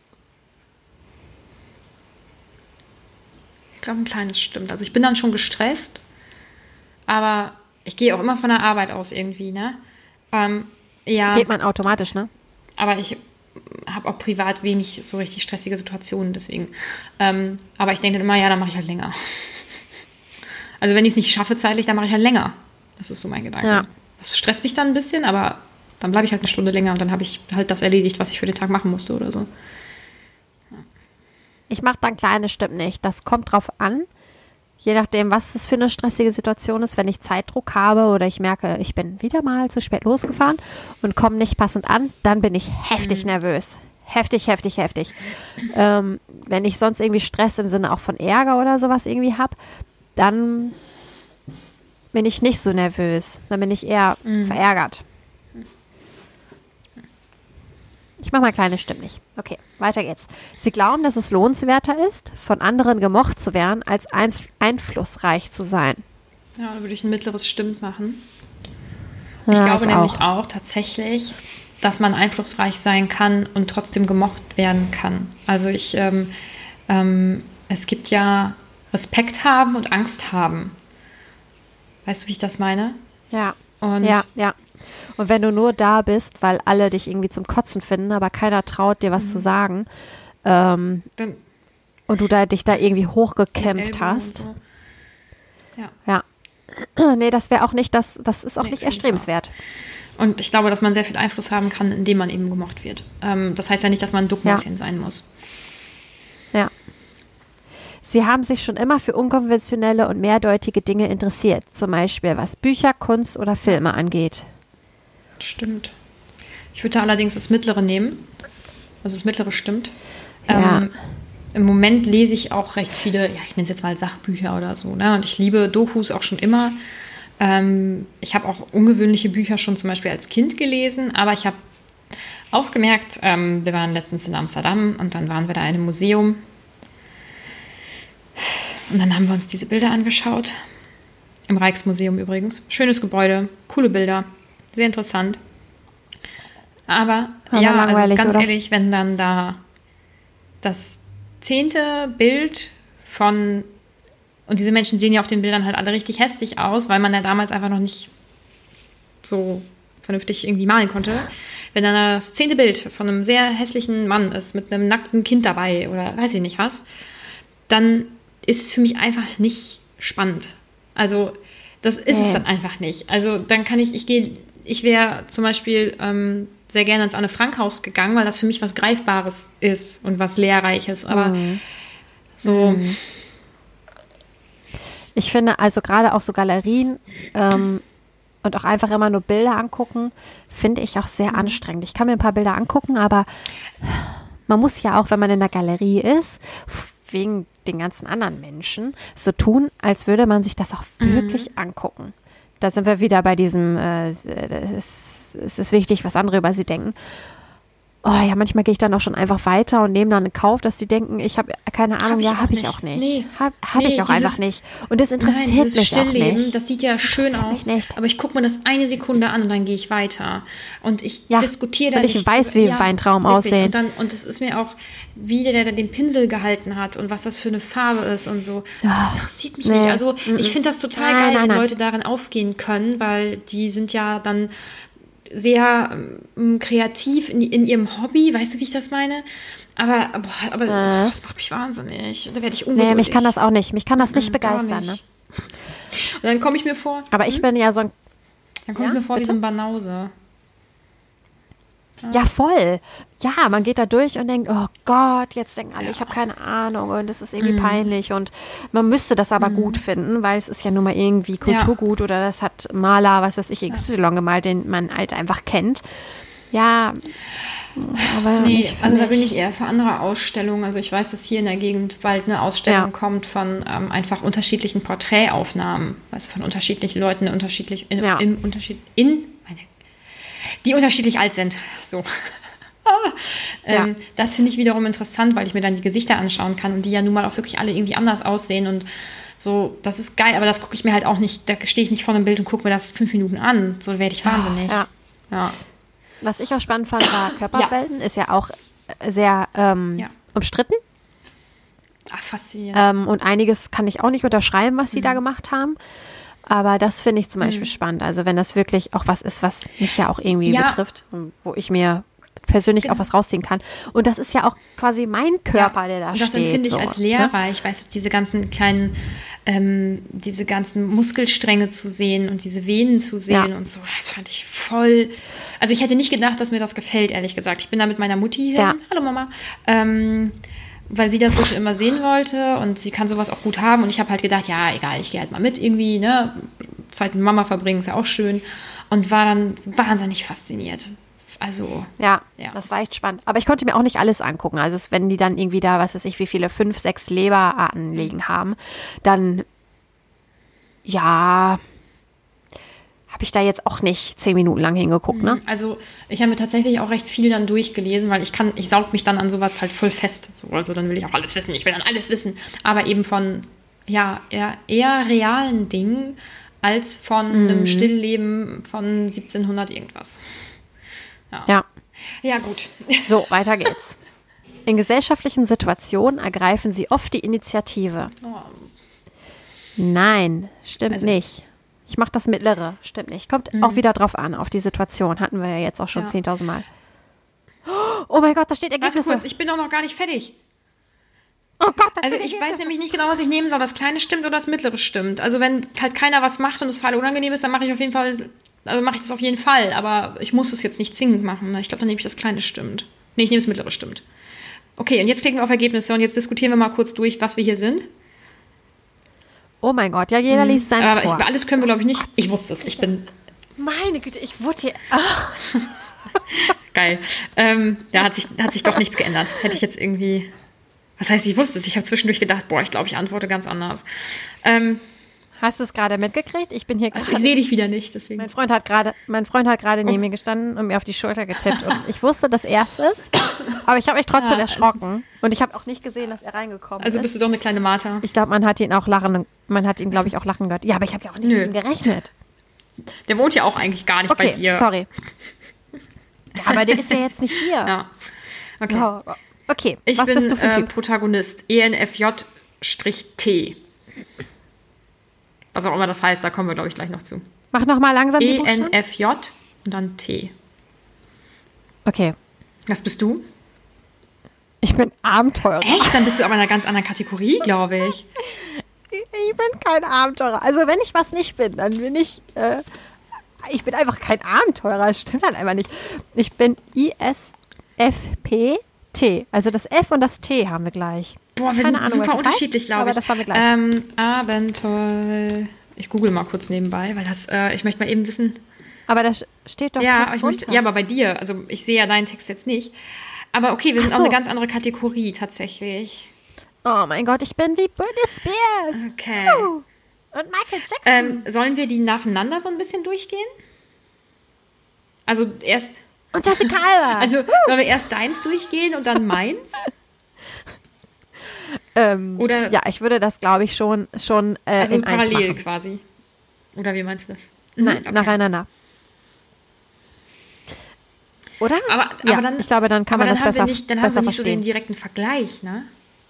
Also ich bin dann schon gestresst, aber ich gehe auch immer von der Arbeit aus irgendwie, ne? Ja. Geht man automatisch, ne? Aber ich habe auch privat wenig so richtig stressige Situationen, deswegen. Aber ich denke dann immer, ja, dann mache ich halt länger. Also wenn ich es nicht schaffe zeitlich, dann mache ich halt länger. Das ist so mein Gedanke. Ja. Das stresst mich dann ein bisschen, aber dann bleibe ich halt eine Stunde länger und dann habe ich halt das erledigt, was ich für den Tag machen musste oder so. Ja. Ich mache dann kleine Stück nicht. Das kommt drauf an. Je nachdem, was das für eine stressige Situation ist, wenn ich Zeitdruck habe oder ich merke, ich bin wieder mal zu spät losgefahren und komme nicht passend an, dann bin ich heftig nervös. Heftig. Wenn ich sonst irgendwie Stress im Sinne auch von Ärger oder sowas irgendwie habe, dann bin ich nicht so nervös. Dann bin ich eher verärgert. Ich mache mal kleine Stimmen nicht. Okay, weiter geht's. Sie glauben, dass es lohnenswerter ist, von anderen gemocht zu werden, als einflussreich zu sein. Ja, da würde ich ein mittleres Stimmt machen. Ja, ich glaube nämlich auch tatsächlich, dass man einflussreich sein kann und trotzdem gemocht werden kann. Also es gibt ja Respekt haben und Angst haben. Weißt du, wie ich das meine? Ja. Ja. Und wenn du nur da bist, weil alle dich irgendwie zum Kotzen finden, aber keiner traut dir was zu sagen, und du dich da irgendwie hochgekämpft hast. So. Ja. Nee, das wäre auch nicht, das ist auch nicht erstrebenswert. Und ich glaube, dass man sehr viel Einfluss haben kann, indem man eben gemocht wird. Das heißt ja nicht, dass man ein Duckmäuschen sein muss. Ja. Sie haben sich schon immer für unkonventionelle und mehrdeutige Dinge interessiert, zum Beispiel was Bücher, Kunst oder Filme angeht. Stimmt. Ich würde allerdings das Mittlere nehmen. Also das Mittlere stimmt. Ja. Im Moment lese ich auch recht viele, ja, ich nenne es jetzt mal Sachbücher oder so, ne? Und ich liebe Dokus auch schon immer. Ich habe auch ungewöhnliche Bücher schon zum Beispiel als Kind gelesen, aber ich habe auch gemerkt, wir waren letztens in Amsterdam und dann waren wir da in einem Museum. Und dann haben wir uns diese Bilder angeschaut. Im Rijksmuseum übrigens. Schönes Gebäude, coole Bilder. Sehr interessant. Aber ja, also ganz ehrlich, wenn dann da das 10. Bild von, und diese Menschen sehen ja auf den Bildern halt alle richtig hässlich aus, weil man ja damals einfach noch nicht so vernünftig irgendwie malen konnte. Wenn dann das 10. Bild von einem sehr hässlichen Mann ist, mit einem nackten Kind dabei oder weiß ich nicht was, dann ist es für mich einfach nicht spannend. Also das ist es dann einfach nicht. Also dann kann ich wäre zum Beispiel sehr gerne ins Anne-Frank-Haus gegangen, weil das für mich was Greifbares ist und was Lehrreiches. Aber so. Ich finde also gerade auch so Galerien und auch einfach immer nur Bilder angucken, finde ich auch sehr anstrengend. Ich kann mir ein paar Bilder angucken, aber man muss ja auch, wenn man in der Galerie ist, wegen den ganzen anderen Menschen, so tun, als würde man sich das auch wirklich angucken. Da sind wir wieder bei diesem, es ist wichtig, was andere über sie denken. manchmal gehe ich dann auch schon einfach weiter und nehme dann in Kauf, dass die denken, ich habe keine Ahnung. Habe ich auch nicht. Nee. Hab ich auch einfach nicht. Und das interessiert mich auch nicht. Das sieht ja schön aus, aber ich gucke mir das eine Sekunde an und dann gehe ich weiter. Und ich diskutiere da nicht. Und ich weiß, wie Weintrauben aussehen. Und es ist mir auch, wie der den Pinsel gehalten hat und was das für eine Farbe ist und so. Das interessiert mich nicht. Also ich finde das total geil, wenn Leute darin aufgehen können, weil die sind ja dann sehr kreativ in ihrem Hobby, weißt du, wie ich das meine? Aber das macht mich wahnsinnig. Da werde ich ungeduldig. Nee, mich kann das auch nicht. Mich kann das nicht begeistern. Nicht. Ne? Und dann komme ich mir vor. Aber ich bin ja so ein. Dann komme ich mir vor wie so ein Banause. Ja, voll. Ja, man geht da durch und denkt, oh Gott, jetzt denken alle, ich habe keine Ahnung und es ist irgendwie peinlich und man müsste das aber gut finden, weil es ist ja nun mal irgendwie Kulturgut oder das hat Maler, was weiß ich, XY gemalt, den man halt einfach kennt. Ja, aber nee, also da bin ich eher für andere Ausstellungen. Also ich weiß, dass hier in der Gegend bald eine Ausstellung kommt von einfach unterschiedlichen Porträtaufnahmen, also von unterschiedlichen Leuten, die unterschiedlich alt sind. So. Das finde ich wiederum interessant, weil ich mir dann die Gesichter anschauen kann und die ja nun mal auch wirklich alle irgendwie anders aussehen und so, das ist geil, aber das gucke ich mir halt auch nicht, da stehe ich nicht vor einem Bild und gucke mir das 5 Minuten an, so werde ich wahnsinnig. Ja. Was ich auch spannend fand, war Körperwelten, ist ja auch sehr umstritten. Ach, faszinierend. Und einiges kann ich auch nicht unterschreiben, was sie da gemacht haben. Aber das finde ich zum Beispiel spannend. Also wenn das wirklich auch was ist, was mich ja auch irgendwie betrifft, wo ich mir persönlich auch was rausziehen kann. Und das ist ja auch quasi mein Körper, der da steht. Das empfinde ich als lehrreich, weißt du, diese ganzen kleinen, diese ganzen Muskelstränge zu sehen und diese Venen zu sehen und so, das fand ich voll. Also ich hätte nicht gedacht, dass mir das gefällt, ehrlich gesagt. Ich bin da mit meiner Mutti hin, hallo Mama, weil sie das schon immer sehen wollte und sie kann sowas auch gut haben und ich habe halt gedacht, ja, egal, ich gehe halt mal mit irgendwie, ne, Zeit mit Mama verbringen ist ja auch schön und war dann wahnsinnig fasziniert. Also, ja, das war echt spannend. Aber ich konnte mir auch nicht alles angucken. Also wenn die dann irgendwie da, was weiß ich, wie viele, 5, 6 Leberarten liegen haben, dann, habe ich da jetzt auch nicht 10 Minuten lang hingeguckt, ne? Also ich habe mir tatsächlich auch recht viel dann durchgelesen, weil ich saug mich dann an sowas halt voll fest. So, also dann will ich auch alles wissen, ich will dann alles wissen. Aber eben von, eher realen Dingen als von einem Stillleben von 1700 irgendwas. Ja, gut. So, weiter geht's. In gesellschaftlichen Situationen ergreifen sie oft die Initiative. Oh. Nein, stimmt nicht. Ich mache das Mittlere, stimmt nicht. Kommt auch wieder drauf an, auf die Situation. Hatten wir ja jetzt auch schon 10.000 Mal. Oh mein Gott, da steht Ergebnisse. Warte kurz, ich bin doch noch gar nicht fertig. Oh Gott, also ich weiß nämlich nicht genau, was ich nehmen soll. Das Kleine stimmt oder das Mittlere stimmt. Also wenn halt keiner was macht und es für alle unangenehm ist, dann mache ich das auf jeden Fall. Aber ich muss es jetzt nicht zwingend machen. Ich glaube, dann nehme ich das Kleine stimmt. Nee, ich nehme das Mittlere stimmt. Okay, und jetzt klicken wir auf Ergebnisse und jetzt diskutieren wir mal kurz durch, was wir hier sind. Oh mein Gott, ja, jeder liest seins vor. Aber alles können wir, glaube ich, nicht. Ich wusste es, Meine Güte, ich wurde hier... Geil. Da hat sich doch nichts geändert. Hätte ich jetzt irgendwie... Was heißt, ich wusste es? Ich habe zwischendurch gedacht, ich glaube, ich antworte ganz anders. Hast du es gerade mitgekriegt? Ich bin hier. Also ich sehe dich wieder nicht, deswegen. Mein Freund hat gerade neben mir gestanden und mir auf die Schulter getippt. Und ich wusste, dass er es ist, aber ich habe mich trotzdem erschrocken. Und ich habe auch nicht gesehen, dass er reingekommen ist. Also bist du doch eine kleine Martha. Ich glaube, man hat ihn, glaube ich, auch lachen gehört. Ja, aber ich habe ja auch nicht mit ihm gerechnet. Der wohnt ja auch eigentlich gar nicht bei dir. Sorry. Ja, aber der ist ja jetzt nicht hier. Ja. Okay. Okay, was bist du für ein Typ? Protagonist, ENFJ-T. Was auch immer das heißt, da kommen wir, glaube ich, gleich noch zu. Mach nochmal langsam die Buchstaben. ENFJ und dann T. Okay. Was bist du? Ich bin Abenteurer. Echt? Dann bist du aber in einer ganz anderen Kategorie, glaube ich. Ich bin kein Abenteurer. Also wenn ich was nicht bin, dann bin ich... ich bin einfach kein Abenteurer. Das stimmt halt einfach nicht. Ich bin ISFP. T. Also das F und das T haben wir gleich. Boah, wir sind super unterschiedlich, glaube ich. Aber das haben wir gleich. Abenteuer. Ich google mal kurz nebenbei, weil ich möchte mal eben wissen. Aber das steht doch Text aber bei dir. Also ich sehe ja deinen Text jetzt nicht. Aber okay, wir sind auch eine ganz andere Kategorie tatsächlich. Oh mein Gott, ich bin wie Britney Spears. Okay. Und Michael Jackson. Sollen wir die nacheinander so ein bisschen durchgehen? Also erst... Und Jessica Alba. Also sollen wir erst deins durchgehen und dann meins? Oder ja, ich würde das, glaube ich, schon also in eins parallel machen. quasi. Oder wie meinst du das? Nein, Okay. nacheinander. Oder? Aber ja, dann, ich glaube, dann kann man das besser verstehen. Dann haben wir nicht so den direkten Vergleich, ne?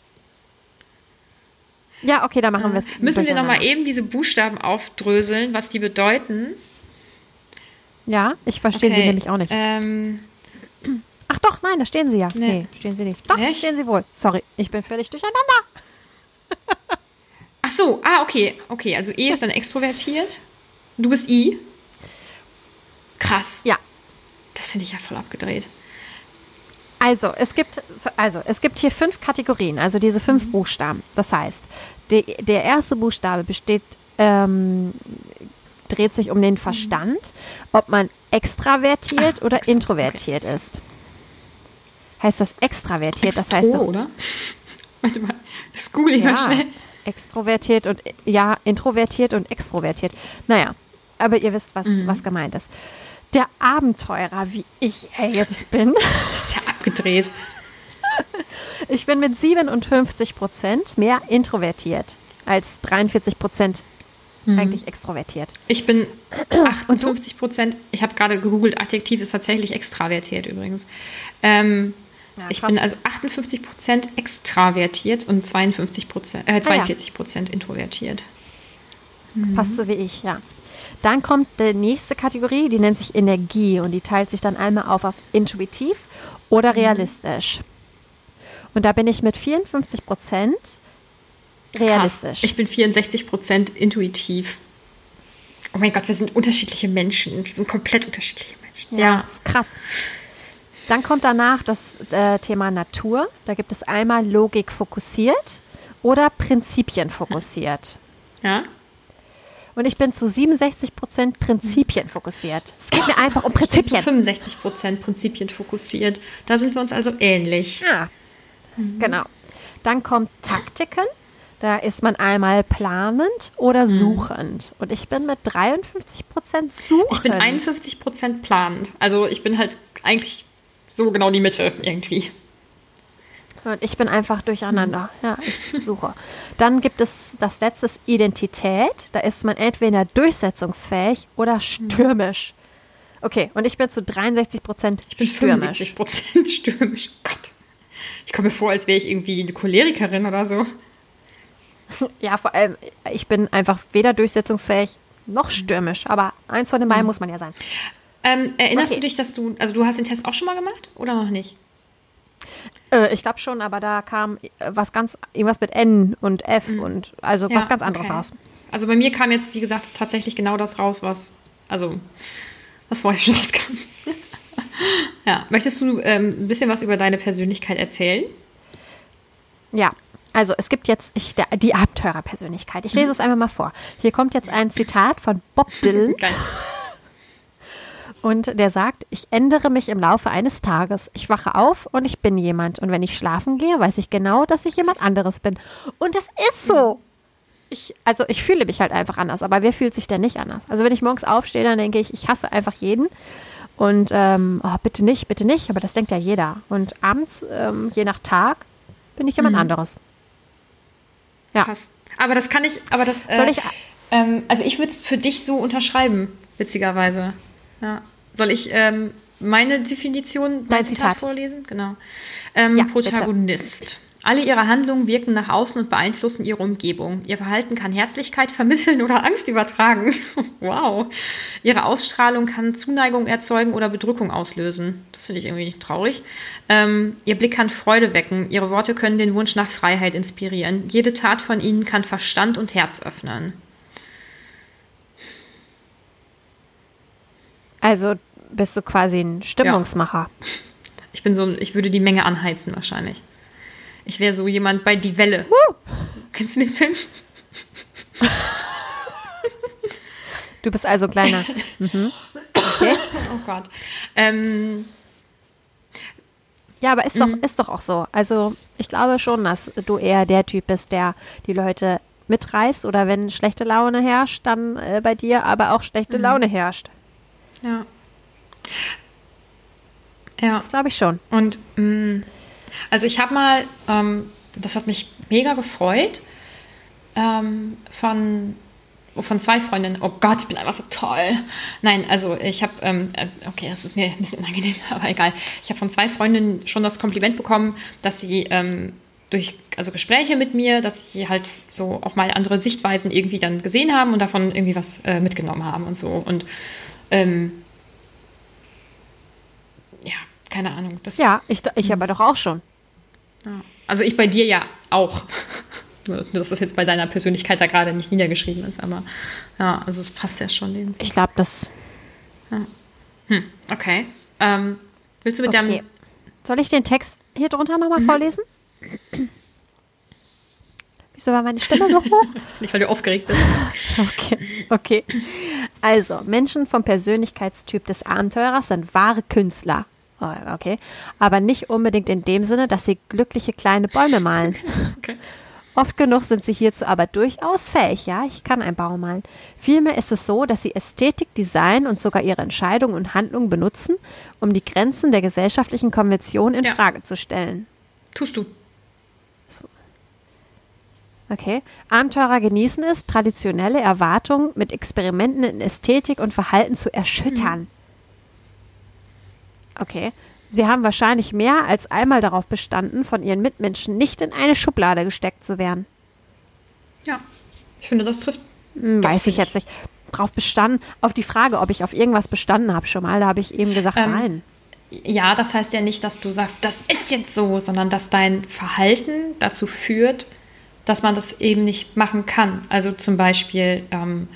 Ja, okay, dann machen wir es. Müssen wir nochmal eben diese Buchstaben aufdröseln, was die bedeuten? Ja, ich verstehe sie nämlich auch nicht. Ach doch, nein, da stehen sie ja. Nee, stehen sie nicht. Doch, Echt? stehen sie wohl. Sorry, ich bin völlig durcheinander. Ach so, okay. Okay, also E ist dann extrovertiert. Du bist I. Krass. Ja. Das finde ich ja voll abgedreht. Also, es gibt hier 5 Kategorien, also diese 5 Buchstaben. Das heißt, der erste Buchstabe dreht sich um den Verstand, ob man extravertiert oder introvertiert ist. Heißt das extravertiert? Das heißt doch, oder? Warte mal, das google ich mal schnell. Extrovertiert und introvertiert und extrovertiert. Naja, aber ihr wisst, was gemeint ist. Der Abenteurer, wie ich jetzt bin. Das ist ja abgedreht. Ich bin mit 57% mehr introvertiert als 43% eigentlich extrovertiert. Ich bin 58%. Ich habe gerade gegoogelt, Adjektiv ist tatsächlich extravertiert übrigens. Ich bin also 58% extravertiert und 42% introvertiert. Passt so wie ich, ja. Dann kommt die nächste Kategorie, die nennt sich Energie und die teilt sich dann einmal auf intuitiv oder realistisch. Und da bin ich mit 54% realistisch. Krass. Ich bin 64% intuitiv. Oh mein Gott, wir sind unterschiedliche Menschen. Wir sind komplett unterschiedliche Menschen. Ja, ist krass. Dann kommt danach das Thema Natur. Da gibt es einmal Logik fokussiert oder Prinzipien fokussiert. Ja. Und ich bin zu 67% Prinzipien fokussiert. Es geht mir einfach um Prinzipien. Ich bin zu 65% Prinzipien fokussiert. Da sind wir uns also ähnlich. Ja, genau. Dann kommt Taktiken. Da ist man einmal planend oder suchend. Und ich bin mit 53% suchend. Ich bin 51% planend. Also ich bin halt eigentlich so genau die Mitte irgendwie. Und ich bin einfach durcheinander. Ja, ich suche. Dann gibt es das letzte Identität. Da ist man entweder durchsetzungsfähig oder stürmisch. Okay, und ich bin zu 63% Ich bin stürmisch. 75% stürmisch. Oh Gott. Ich komme mir vor, als wäre ich irgendwie eine Cholerikerin oder so. Ja, vor allem, ich bin einfach weder durchsetzungsfähig noch stürmisch. Aber eins von den beiden muss man ja sein. Erinnerst du dich, dass du hast den Test auch schon mal gemacht oder noch nicht? Ich glaube schon, aber da kam irgendwas mit N und F und also was ganz anderes raus. Also bei mir kam jetzt, wie gesagt, tatsächlich genau das raus, was vorher schon rauskam. Ja, möchtest du ein bisschen was über deine Persönlichkeit erzählen? Ja, also es gibt jetzt die Abenteurerpersönlichkeit. Ich lese es einfach mal vor. Hier kommt jetzt ein Zitat von Bob Dylan. Geil. Und der sagt, ich ändere mich im Laufe eines Tages. Ich wache auf und ich bin jemand. Und wenn ich schlafen gehe, weiß ich genau, dass ich jemand anderes bin. Und es ist so. Ich fühle mich halt einfach anders. Aber wer fühlt sich denn nicht anders? Also wenn ich morgens aufstehe, dann denke ich hasse einfach jeden. Und bitte nicht. Aber das denkt ja jeder. Und abends, je nach Tag, bin ich jemand anderes. Ja. Krass. Aber das kann ich, also ich würde es für dich so unterschreiben, witzigerweise. Ja. Soll ich meine Definition, dein Zitat vorlesen? Genau. Ja, Protagonist. Bitte. Alle ihre Handlungen wirken nach außen und beeinflussen ihre Umgebung. Ihr Verhalten kann Herzlichkeit vermitteln oder Angst übertragen. Wow. Ihre Ausstrahlung kann Zuneigung erzeugen oder Bedrückung auslösen. Das finde ich irgendwie nicht traurig. Ihr Blick kann Freude wecken. Ihre Worte können den Wunsch nach Freiheit inspirieren. Jede Tat von ihnen kann Verstand und Herz öffnen. Also bist du quasi ein Stimmungsmacher. Ja. Ich würde die Menge anheizen wahrscheinlich. Ich wäre so jemand bei Die Welle. Kennst du den Film? Du bist also kleiner. Okay. Oh Gott. Ja, aber ist doch auch so. Also ich glaube schon, dass du eher der Typ bist, der die Leute mitreißt oder wenn schlechte Laune herrscht, dann bei dir aber auch schlechte Laune herrscht. Ja. Ja. Das glaube ich schon. Und also ich habe mal, das hat mich mega gefreut, von 2 Freundinnen. Oh Gott, ich bin einfach so toll. Nein, also ich habe, okay, das ist mir ein bisschen unangenehm, aber egal. Ich habe von 2 Freundinnen schon das Kompliment bekommen, dass sie durch Gespräche mit mir, dass sie halt so auch mal andere Sichtweisen irgendwie dann gesehen haben und davon irgendwie was mitgenommen haben und so. Und ja, keine Ahnung. Ja, ich aber doch auch schon. Ja. Also ich bei dir ja auch. Nur, dass das jetzt bei deiner Persönlichkeit da gerade nicht niedergeschrieben ist, aber ja, also es passt ja schon irgendwie. Ich glaube, das... Ja. Okay. Willst du mit Okay. Soll ich den Text hier drunter nochmal vorlesen? Wieso war meine Stimme so hoch? Nicht, weil du aufgeregt bist. Okay. Also, Menschen vom Persönlichkeitstyp des Abenteurers sind wahre Künstler. Oh, okay. Aber nicht unbedingt in dem Sinne, dass sie glückliche kleine Bäume malen. Okay. Oft genug sind sie hierzu aber durchaus fähig. Ja, ich kann einen Baum malen. Vielmehr ist es so, dass sie Ästhetik, Design und sogar ihre Entscheidungen und Handlungen benutzen, um die Grenzen der gesellschaftlichen Konventionen in Frage zu stellen. Tust du. Okay. Abenteurer genießen es, traditionelle Erwartungen mit Experimenten in Ästhetik und Verhalten zu erschüttern. Okay. Sie haben wahrscheinlich mehr als einmal darauf bestanden, von ihren Mitmenschen nicht in eine Schublade gesteckt zu werden. Ja, ich finde, das trifft. Weiß ich jetzt nicht. Drauf bestanden, auf die Frage, ob ich auf irgendwas bestanden habe schon mal, da habe ich eben gesagt, nein. Ja, das heißt ja nicht, dass du sagst, das ist jetzt so, sondern dass dein Verhalten dazu führt, dass man das eben nicht machen kann. Also zum Beispiel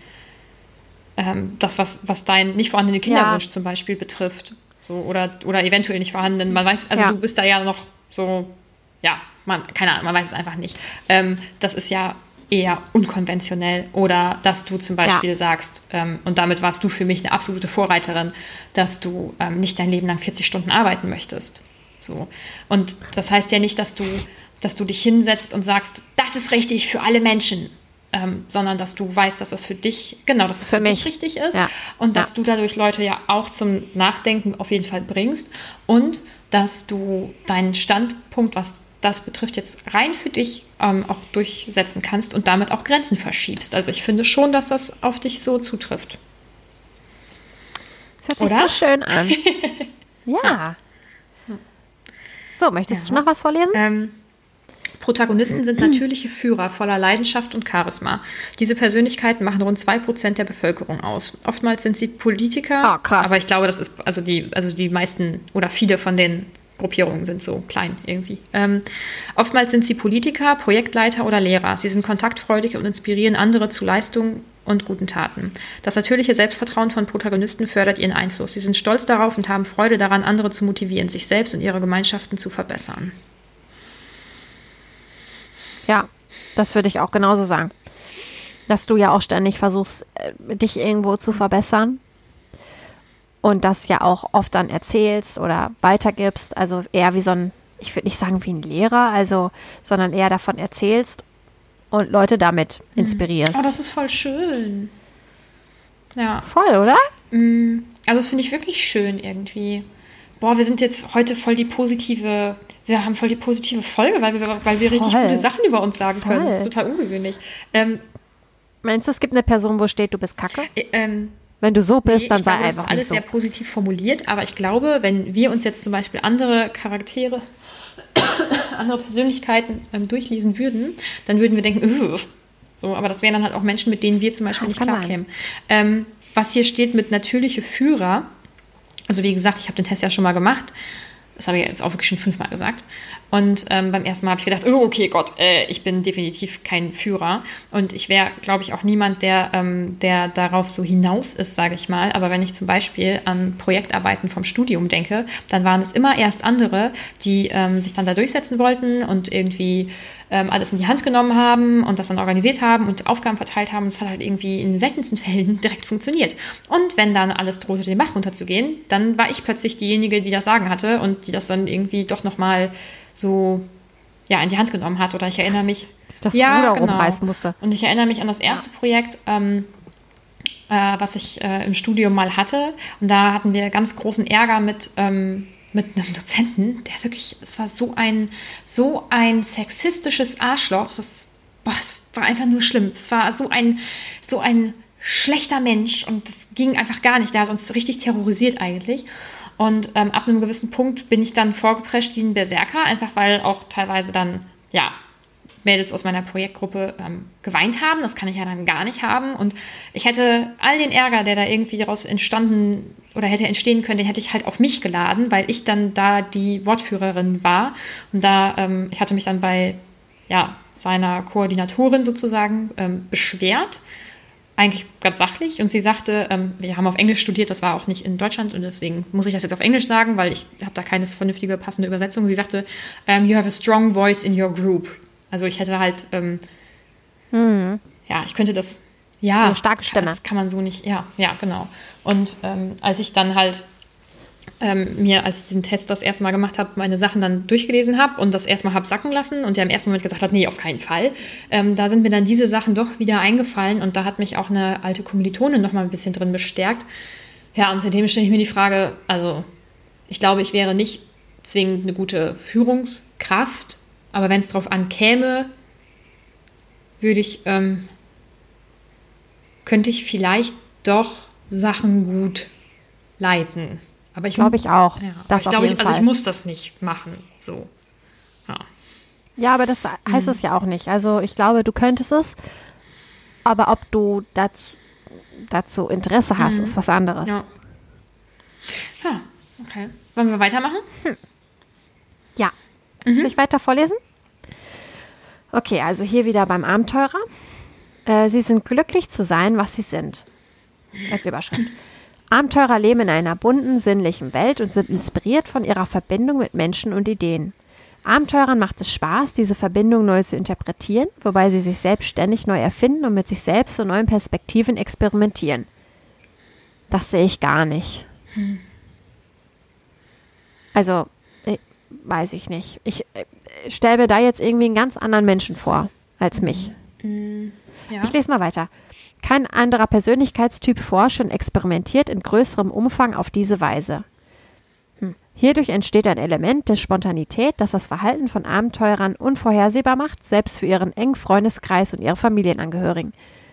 das, was dein nicht vorhandene Kinderwunsch zum Beispiel betrifft. So, oder eventuell nicht vorhanden. Man weiß, also du bist da ja noch so, ja, keine Ahnung, man weiß es einfach nicht. Das ist ja eher unkonventionell. Oder dass du zum Beispiel sagst, und damit warst du für mich eine absolute Vorreiterin, dass du nicht dein Leben lang 40 Stunden arbeiten möchtest. So. Und das heißt ja nicht, dass du dich hinsetzt und sagst, das ist richtig für alle Menschen. Sondern dass du weißt, dass das für dich, genau, dass es für dich richtig ist und dass du dadurch Leute ja auch zum Nachdenken auf jeden Fall bringst und dass du deinen Standpunkt, was das betrifft, jetzt rein für dich auch durchsetzen kannst und damit auch Grenzen verschiebst. Also ich finde schon, dass das auf dich so zutrifft. Das hört sich so schön an. Ja. So, möchtest du noch was vorlesen? Protagonisten sind natürliche Führer voller Leidenschaft und Charisma. Diese Persönlichkeiten machen rund 2% der Bevölkerung aus. Oftmals sind sie Politiker, krass. Aber ich glaube, das ist die meisten oder viele von den Gruppierungen sind so klein irgendwie. Oftmals sind sie Politiker, Projektleiter oder Lehrer. Sie sind kontaktfreudig und inspirieren andere zu Leistungen und guten Taten. Das natürliche Selbstvertrauen von Protagonisten fördert ihren Einfluss. Sie sind stolz darauf und haben Freude daran, andere zu motivieren, sich selbst und ihre Gemeinschaften zu verbessern. Ja, das würde ich auch genauso sagen. Dass du ja auch ständig versuchst, dich irgendwo zu verbessern und das ja auch oft dann erzählst oder weitergibst. Also eher wie so ein, ich würde nicht sagen wie ein Lehrer, sondern eher davon erzählst und Leute damit inspirierst. Oh, das ist voll schön. Ja. Voll, oder? Also das finde ich wirklich schön irgendwie. Boah, wir sind jetzt heute wir haben voll die positive Folge, weil wir richtig gute Sachen über uns sagen können. Das ist total ungewöhnlich. Meinst du, es gibt eine Person, wo steht, du bist Kacke? Wenn du so bist, dann sei einfach nicht so. Das ist alles sehr positiv formuliert, aber ich glaube, wenn wir uns jetzt zum Beispiel andere Charaktere, andere Persönlichkeiten durchlesen würden, dann würden wir denken, so, aber das wären dann halt auch Menschen, mit denen wir zum Beispiel nicht klarkämen. Was hier steht mit natürliche Führer, also wie gesagt, ich habe den Test ja schon mal gemacht. Das habe ich jetzt auch wirklich schon 5-mal gesagt. Und beim ersten Mal habe ich gedacht, oh, okay, Gott, ich bin definitiv kein Führer. Und ich wäre, glaube ich, auch niemand, der darauf so hinaus ist, sage ich mal. Aber wenn ich zum Beispiel an Projektarbeiten vom Studium denke, dann waren es immer erst andere, die sich dann da durchsetzen wollten und irgendwie alles in die Hand genommen haben und das dann organisiert haben und Aufgaben verteilt haben. Und es hat halt irgendwie in den seltensten Fällen direkt funktioniert. Und wenn dann alles drohte, den Bach runterzugehen, dann war ich plötzlich diejenige, die das Sagen hatte und die das dann irgendwie doch nochmal so in die Hand genommen hat. Oder ich erinnere mich... Das Ruder rumreißen musste. Und ich erinnere mich an das erste Projekt, was ich im Studium mal hatte. Und da hatten wir ganz großen Ärger mit mit einem Dozenten, der wirklich, es war so ein sexistisches Arschloch, das war einfach nur schlimm. Das war so ein schlechter Mensch und das ging einfach gar nicht. Der hat uns richtig terrorisiert eigentlich. Und ab einem gewissen Punkt bin ich dann vorgeprescht wie ein Berserker, einfach weil auch teilweise dann, ja, Mädels aus meiner Projektgruppe geweint haben. Das kann ich ja dann gar nicht haben. Und ich hätte all den Ärger, der da irgendwie daraus entstanden oder hätte entstehen können, den hätte ich halt auf mich geladen, weil ich dann da die Wortführerin war. Und ich hatte mich dann bei seiner Koordinatorin sozusagen beschwert. Eigentlich ganz sachlich. Und sie sagte, wir haben auf Englisch studiert, das war auch nicht in Deutschland und deswegen muss ich das jetzt auf Englisch sagen, weil ich habe da keine vernünftige, passende Übersetzung. Sie sagte, you have a strong voice in your group. Also ich hätte halt, ich könnte das, eine starke Stimme. Das kann man so nicht, ja, genau. Und als ich dann halt als ich diesen Test das erste Mal gemacht habe, meine Sachen dann durchgelesen habe und das erstmal habe sacken lassen und der im ersten Moment gesagt hat, nee, auf keinen Fall, da sind mir dann diese Sachen doch wieder eingefallen und da hat mich auch eine alte Kommilitonin noch mal ein bisschen drin bestärkt. Ja, und seitdem stelle ich mir die Frage, also ich glaube, ich wäre nicht zwingend eine gute Führungskraft, aber wenn es drauf ankäme, könnte ich vielleicht doch Sachen gut leiten. Aber glaube ich auch. Ja, das ich glaube, also ich muss das nicht machen. So. Ja, aber das heißt es ja auch nicht. Also ich glaube, du könntest es, aber ob du dazu Interesse hast, ist was anderes. Ja, okay. Wollen wir weitermachen? Ja. Soll ich weiter vorlesen? Okay, also hier wieder beim Abenteurer. Sie sind glücklich zu sein, was sie sind. Als Überschrift. Abenteurer leben in einer bunten, sinnlichen Welt und sind inspiriert von ihrer Verbindung mit Menschen und Ideen. Abenteurern macht es Spaß, diese Verbindung neu zu interpretieren, wobei sie sich selbst ständig neu erfinden und mit sich selbst und neuen Perspektiven experimentieren. Das sehe ich gar nicht. Also, weiß ich nicht. Ich stelle mir da jetzt irgendwie einen ganz anderen Menschen vor als mich. Ja. Ich lese mal weiter. Kein anderer Persönlichkeitstyp forscht und experimentiert in größerem Umfang auf diese Weise. Hierdurch entsteht ein Element der Spontanität, das das Verhalten von Abenteurern unvorhersehbar macht, selbst für ihren engen Freundeskreis und ihre Familienangehörigen.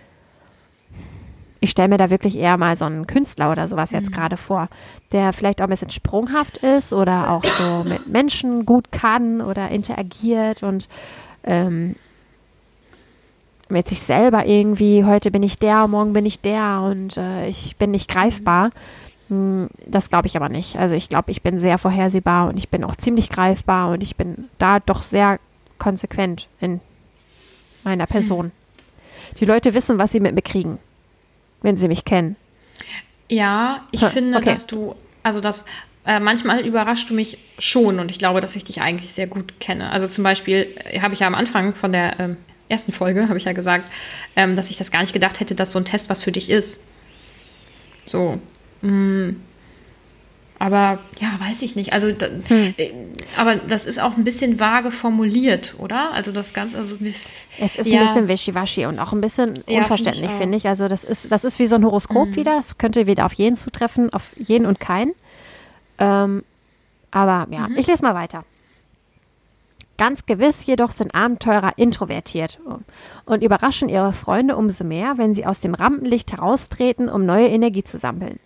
Ich stelle mir da wirklich eher mal so einen Künstler oder sowas jetzt gerade vor, der vielleicht auch ein bisschen sprunghaft ist oder auch so mit Menschen gut kann oder interagiert und mit sich selber irgendwie, heute bin ich der, morgen bin ich der und ich bin nicht greifbar. Das glaube ich aber nicht. Also ich glaube, ich bin sehr vorhersehbar und ich bin auch ziemlich greifbar und ich bin da doch sehr konsequent in meiner Person. Die Leute wissen, was sie mit mir kriegen, wenn sie mich kennen. Ja, ich finde, dass manchmal überraschst du mich schon und ich glaube, dass ich dich eigentlich sehr gut kenne. Also zum Beispiel habe ich ja am Anfang von der ersten Folge, habe ich ja gesagt, dass ich das gar nicht gedacht hätte, dass so ein Test was für dich ist. So. Aber ja, weiß ich nicht. Also, aber das ist auch ein bisschen vage formuliert, oder? Also das Ganze, es ist ein bisschen wischiwaschi und auch ein bisschen unverständlich, finde ich. Also das ist wie so ein Horoskop wieder. Das könnte wieder auf jeden zutreffen, auf jeden und keinen. Aber ja, ich lese mal weiter. Ganz gewiss jedoch sind Abenteurer introvertiert und überraschen ihre Freunde umso mehr, wenn sie aus dem Rampenlicht heraustreten, um neue Energie zu sammeln.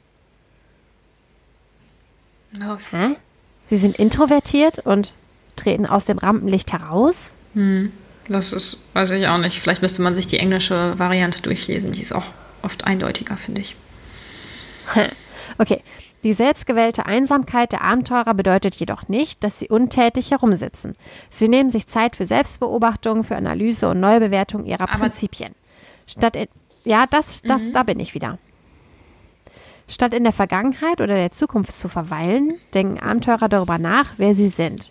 Hä? Sie sind introvertiert und treten aus dem Rampenlicht heraus? Das weiß ich auch nicht. Vielleicht müsste man sich die englische Variante durchlesen. Die ist auch oft eindeutiger, finde ich. Okay. Die selbstgewählte Einsamkeit der Abenteurer bedeutet jedoch nicht, dass sie untätig herumsitzen. Sie nehmen sich Zeit für Selbstbeobachtung, für Analyse und Neubewertung ihrer Prinzipien. Da bin ich wieder. Statt in der Vergangenheit oder der Zukunft zu verweilen, denken Abenteurer darüber nach, wer sie sind.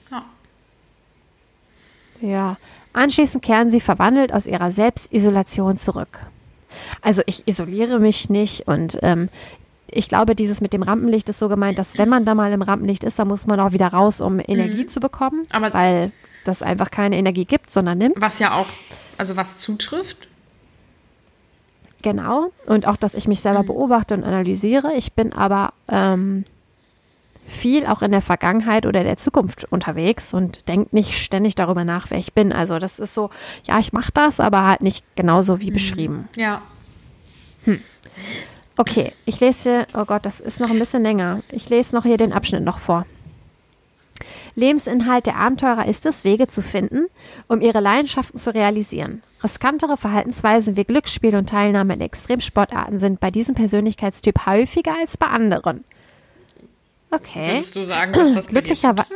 Ja. Anschließend kehren sie verwandelt aus ihrer Selbstisolation zurück. Also ich isoliere mich nicht und ich glaube, dieses mit dem Rampenlicht ist so gemeint, dass wenn man da mal im Rampenlicht ist, dann muss man auch wieder raus, um Energie zu bekommen, weil das einfach keine Energie gibt, sondern nimmt. Was ja auch, also was zutrifft. Genau. Und auch, dass ich mich selber beobachte und analysiere. Ich bin aber, viel auch in der Vergangenheit oder der Zukunft unterwegs und denkt nicht ständig darüber nach, wer ich bin. Also das ist so, ja, ich mache das, aber halt nicht genauso wie beschrieben. Ja. Okay, ich lese, oh Gott, das ist noch ein bisschen länger. Ich lese noch hier den Abschnitt noch vor. Lebensinhalt der Abenteurer ist es, Wege zu finden, um ihre Leidenschaften zu realisieren. Riskantere Verhaltensweisen wie Glücksspiel und Teilnahme in Extremsportarten sind bei diesem Persönlichkeitstyp häufiger als bei anderen. Okay. Würdest du sagen, dass das glücklicherweise.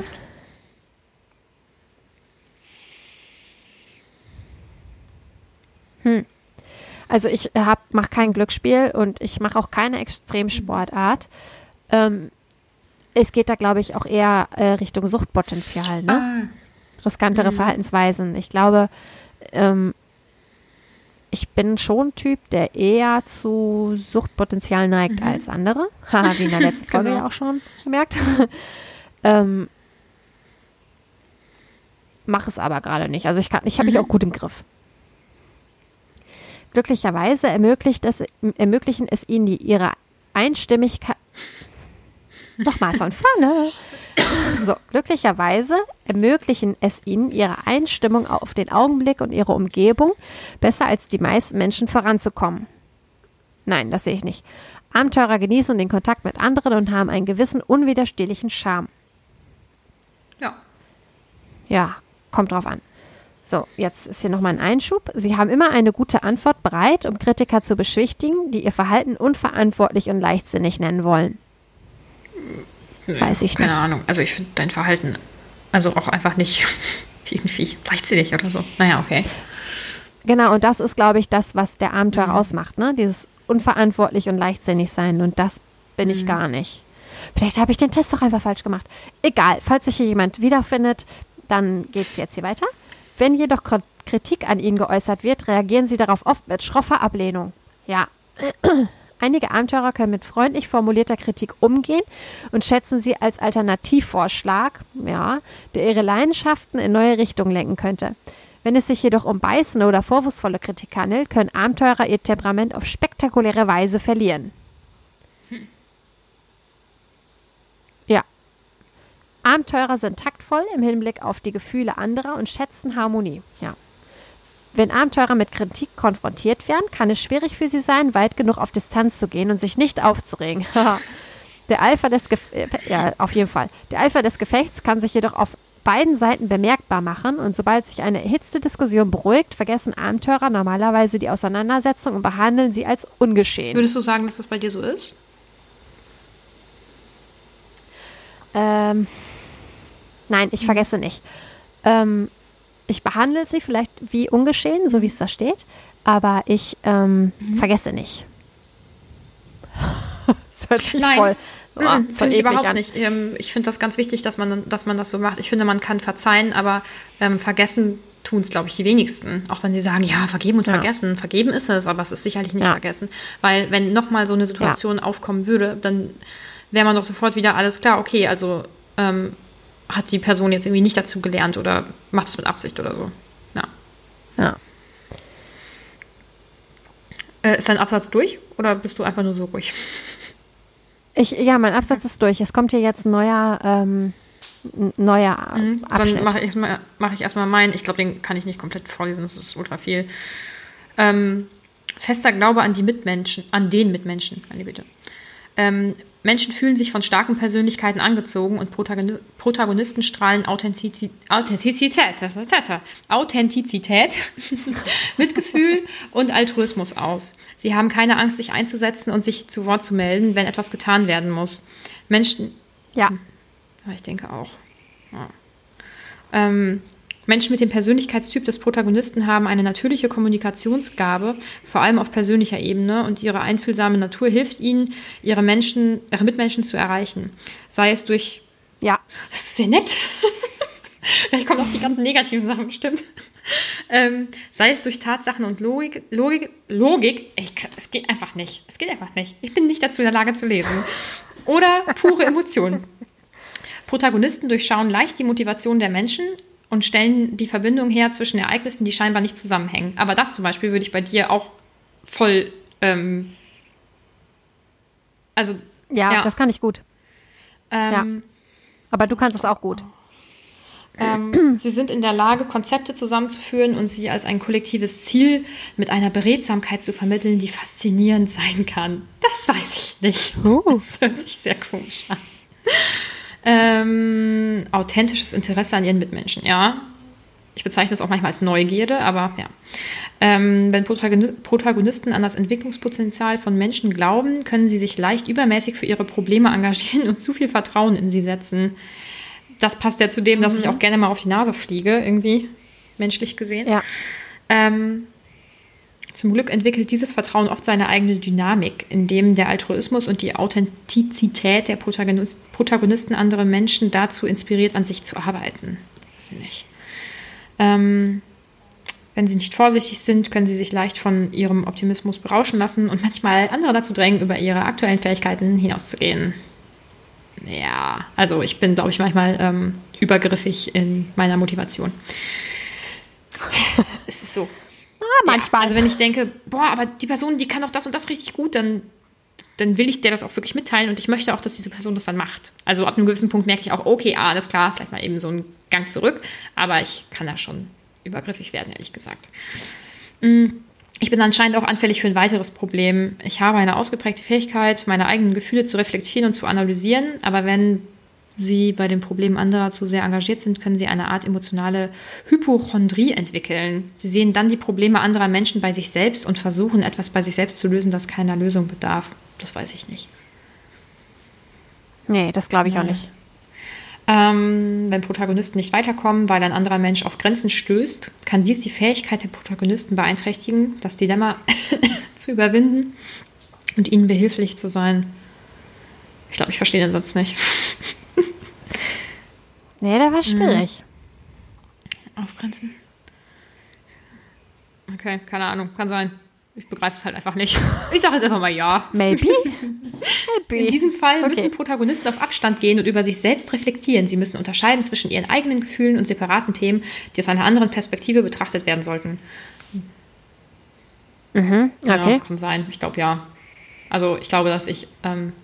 Also ich mache kein Glücksspiel und ich mache auch keine Extremsportart. Es geht da, glaube ich, auch eher Richtung Suchtpotenzial, ne? Riskantere Verhaltensweisen. Ich glaube, ich bin schon ein Typ, der eher zu Suchtpotenzial neigt als andere. Haha, wie in der letzten Folge ja auch schon gemerkt. Mache es aber gerade nicht. Also ich habe mich auch gut im Griff. Glücklicherweise ermöglichen es ihnen ihre Einstimmigkeit. Nochmal von vorne. So, glücklicherweise ermöglichen es ihnen ihre Einstimmung auf den Augenblick und ihre Umgebung besser als die meisten Menschen voranzukommen. Nein, das sehe ich nicht. Abenteurer genießen den Kontakt mit anderen und haben einen gewissen unwiderstehlichen Charme. Ja. Ja, kommt drauf an. So, jetzt ist hier nochmal ein Einschub. Sie haben immer eine gute Antwort bereit, um Kritiker zu beschwichtigen, die ihr Verhalten unverantwortlich und leichtsinnig nennen wollen. Weiß ich keine nicht. Ahnung. Also ich finde dein Verhalten also auch einfach nicht irgendwie leichtsinnig oder so. Naja, okay. Genau, und das ist, glaube ich, das, was der Abenteurer ausmacht, ne? Dieses unverantwortlich und leichtsinnig sein. Und das bin ich gar nicht. Vielleicht habe ich den Test doch einfach falsch gemacht. Egal, falls sich hier jemand wiederfindet, dann geht es jetzt hier weiter. Wenn jedoch Kritik an Ihnen geäußert wird, reagieren Sie darauf oft mit schroffer Ablehnung. Ja. Einige Abenteurer können mit freundlich formulierter Kritik umgehen und schätzen sie als Alternativvorschlag, ja, der ihre Leidenschaften in neue Richtungen lenken könnte. Wenn es sich jedoch um beißende oder vorwurfsvolle Kritik handelt, können Abenteurer ihr Temperament auf spektakuläre Weise verlieren. Ja. Abenteurer sind taktvoll im Hinblick auf die Gefühle anderer und schätzen Harmonie. Ja. Wenn Abenteurer mit Kritik konfrontiert werden, kann es schwierig für sie sein, weit genug auf Distanz zu gehen und sich nicht aufzuregen. Der Eifer des auf jeden Fall. Der Eifer des Gefechts kann sich jedoch auf beiden Seiten bemerkbar machen und sobald sich eine erhitzte Diskussion beruhigt, vergessen Abenteurer normalerweise die Auseinandersetzung und behandeln sie als ungeschehen. Würdest du sagen, dass das bei dir so ist? Nein, ich vergesse nicht. Ich behandle sie vielleicht wie ungeschehen, so wie es da steht, aber ich vergesse nicht. Das hört sich voll finde ich überhaupt an. nicht. Ich finde das ganz wichtig, dass man das so macht. Ich finde, man kann verzeihen, aber vergessen tun es, glaube ich, die wenigsten. Auch wenn sie sagen, ja, vergeben und vergessen. Vergeben ist es, aber es ist sicherlich nicht vergessen. Weil wenn nochmal so eine Situation aufkommen würde, dann wäre man doch sofort wieder alles klar, okay, also hat die Person jetzt irgendwie nicht dazu gelernt oder macht es mit Absicht oder so. Ja. Ist dein Absatz durch oder bist du einfach nur so ruhig? Mein Absatz ist durch. Es kommt hier jetzt ein neuer Abschnitt. Dann mache ich erstmal meinen. Ich glaube, den kann ich nicht komplett vorlesen, das ist ultra viel. Fester Glaube an den Mitmenschen, meine Bitte. Menschen fühlen sich von starken Persönlichkeiten angezogen und Protagonisten strahlen Authentizität, Mitgefühl und Altruismus aus. Sie haben keine Angst, sich einzusetzen und sich zu Wort zu melden, wenn etwas getan werden muss. Menschen... Ja. Ich denke auch. Ja. Menschen mit dem Persönlichkeitstyp des Protagonisten haben eine natürliche Kommunikationsgabe, vor allem auf persönlicher Ebene, und ihre einfühlsame Natur hilft ihnen, ihre Mitmenschen zu erreichen. Sei es durch... Ja. Das ist sehr nett. Vielleicht kommen auch die ganzen negativen Sachen bestimmt. Sei es durch Tatsachen und Logik. Es geht einfach nicht. Ich bin nicht dazu in der Lage zu lesen. Oder pure Emotionen. Protagonisten durchschauen leicht die Motivation der Menschen und stellen die Verbindung her zwischen Ereignissen, die scheinbar nicht zusammenhängen. Aber das zum Beispiel würde ich bei dir auch voll, das kann ich gut. Aber du kannst es auch gut. Sie sind in der Lage, Konzepte zusammenzuführen und sie als ein kollektives Ziel mit einer Beredsamkeit zu vermitteln, die faszinierend sein kann. Das weiß ich nicht. Das hört sich sehr komisch an. Authentisches Interesse an ihren Mitmenschen, ja. Ich bezeichne es auch manchmal als Neugierde, aber ja. Wenn Protagonisten an das Entwicklungspotenzial von Menschen glauben, können sie sich leicht übermäßig für ihre Probleme engagieren und zu viel Vertrauen in sie setzen. Das passt ja zu dem, dass ich auch gerne mal auf die Nase fliege, irgendwie, menschlich gesehen. Ja. Zum Glück entwickelt dieses Vertrauen oft seine eigene Dynamik, indem der Altruismus und die Authentizität der Protagonisten andere Menschen dazu inspiriert, an sich zu arbeiten. Weiß ich nicht. Wenn sie nicht vorsichtig sind, können sie sich leicht von ihrem Optimismus berauschen lassen und manchmal andere dazu drängen, über ihre aktuellen Fähigkeiten hinauszugehen. Ja, also ich bin, glaube ich, manchmal übergriffig in meiner Motivation. Es ist so. Manchmal. Ja, also wenn ich denke, aber die Person, die kann doch das und das richtig gut, dann will ich der das auch wirklich mitteilen und ich möchte auch, dass diese Person das dann macht. Also ab einem gewissen Punkt merke ich auch, okay, alles klar, vielleicht mal eben so einen Gang zurück, aber ich kann da schon übergriffig werden, ehrlich gesagt. Ich bin anscheinend auch anfällig für ein weiteres Problem. Ich habe eine ausgeprägte Fähigkeit, meine eigenen Gefühle zu reflektieren und zu analysieren, aber wenn sie bei den Problemen anderer zu sehr engagiert sind, können sie eine Art emotionale Hypochondrie entwickeln. Sie sehen dann die Probleme anderer Menschen bei sich selbst und versuchen, etwas bei sich selbst zu lösen, das keiner Lösung bedarf. Das weiß ich nicht. Nee, das glaube ich auch nicht. Wenn Protagonisten nicht weiterkommen, weil ein anderer Mensch auf Grenzen stößt, kann dies die Fähigkeit der Protagonisten beeinträchtigen, das Dilemma zu überwinden und ihnen behilflich zu sein. Ich glaube, ich verstehe den Satz nicht. Nee, der war schwierig. Auf Grenzen? Okay, keine Ahnung, kann sein. Ich begreife es halt einfach nicht. Ich sage jetzt einfach mal ja. Maybe. In diesem Fall müssen Protagonisten auf Abstand gehen und über sich selbst reflektieren. Sie müssen unterscheiden zwischen ihren eigenen Gefühlen und separaten Themen, die aus einer anderen Perspektive betrachtet werden sollten. Okay. Ja, kann sein. Ich glaube, ja. Also ich glaube, dass ich...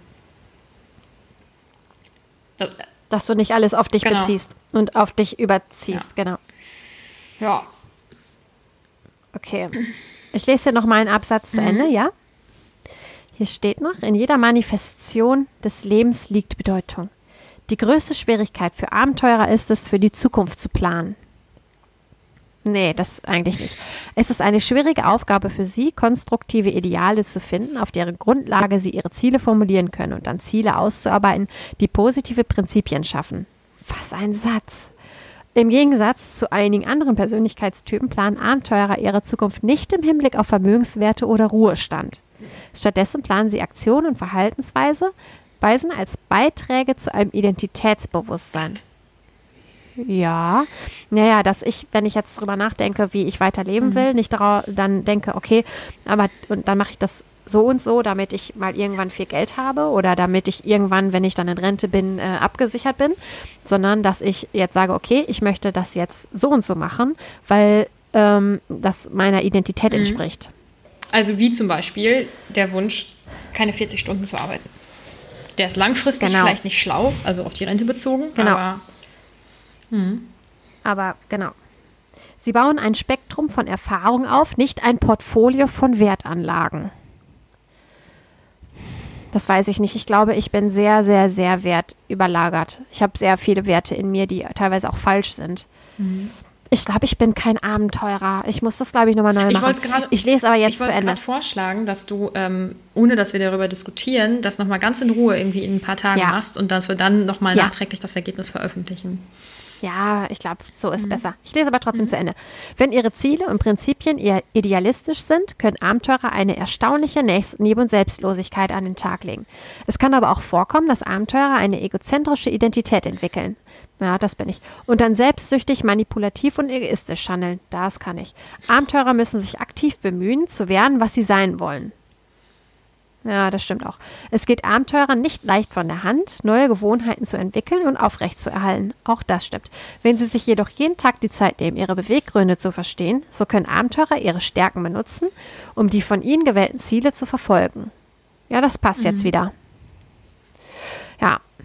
dass du nicht alles auf dich beziehst und auf dich überziehst, genau. Ja. Okay. Ich lese hier noch mal einen Absatz zu Ende, ja? Hier steht noch, in jeder Manifestation des Lebens liegt Bedeutung. Die größte Schwierigkeit für Abenteurer ist es, für die Zukunft zu planen. Nee, das eigentlich nicht. Es ist eine schwierige Aufgabe für sie, konstruktive Ideale zu finden, auf deren Grundlage sie ihre Ziele formulieren können und dann Ziele auszuarbeiten, die positive Prinzipien schaffen. Was ein Satz! Im Gegensatz zu einigen anderen Persönlichkeitstypen planen Abenteurer ihre Zukunft nicht im Hinblick auf Vermögenswerte oder Ruhestand. Stattdessen planen sie Aktionen und Verhaltensweisen als Beiträge zu einem Identitätsbewusstsein. Ja, naja, dass ich, wenn ich jetzt drüber nachdenke, wie ich weiterleben will, nicht darauf dann denke, okay, und dann mache ich das so und so, damit ich mal irgendwann viel Geld habe oder damit ich irgendwann, wenn ich dann in Rente bin, abgesichert bin, sondern dass ich jetzt sage, okay, ich möchte das jetzt so und so machen, weil das meiner Identität entspricht. Also wie zum Beispiel der Wunsch, keine 40 Stunden zu arbeiten. Der ist langfristig vielleicht nicht schlau, also auf die Rente bezogen, aber genau. Sie bauen ein Spektrum von Erfahrung auf, nicht ein Portfolio von Wertanlagen. Das weiß ich nicht. Ich glaube, ich bin sehr, sehr, sehr wertüberlagert. Ich habe sehr viele Werte in mir, die teilweise auch falsch sind. Ich glaube, ich bin kein Abenteurer. Ich muss das, glaube ich, nochmal neu machen. Ich lese aber jetzt zu Ende. Ich wollte gerade vorschlagen, dass du, ohne dass wir darüber diskutieren, das nochmal ganz in Ruhe irgendwie in ein paar Tagen machst und dass wir dann nochmal nachträglich das Ergebnis veröffentlichen. Ja, ich glaube, so ist besser. Ich lese aber trotzdem zu Ende. Wenn Ihre Ziele und Prinzipien eher idealistisch sind, können Abenteurer eine erstaunliche Nächstenliebe und Selbstlosigkeit an den Tag legen. Es kann aber auch vorkommen, dass Abenteurer eine egozentrische Identität entwickeln. Ja, das bin ich. Und dann selbstsüchtig, manipulativ und egoistisch handeln. Das kann ich. Abenteurer müssen sich aktiv bemühen, zu werden, was sie sein wollen. Ja, das stimmt auch. Es geht Abenteurern nicht leicht von der Hand, neue Gewohnheiten zu entwickeln und aufrechtzuerhalten. Auch das stimmt. Wenn sie sich jedoch jeden Tag die Zeit nehmen, ihre Beweggründe zu verstehen, so können Abenteurer ihre Stärken benutzen, um die von ihnen gewählten Ziele zu verfolgen. Ja, das passt jetzt wieder. Ja.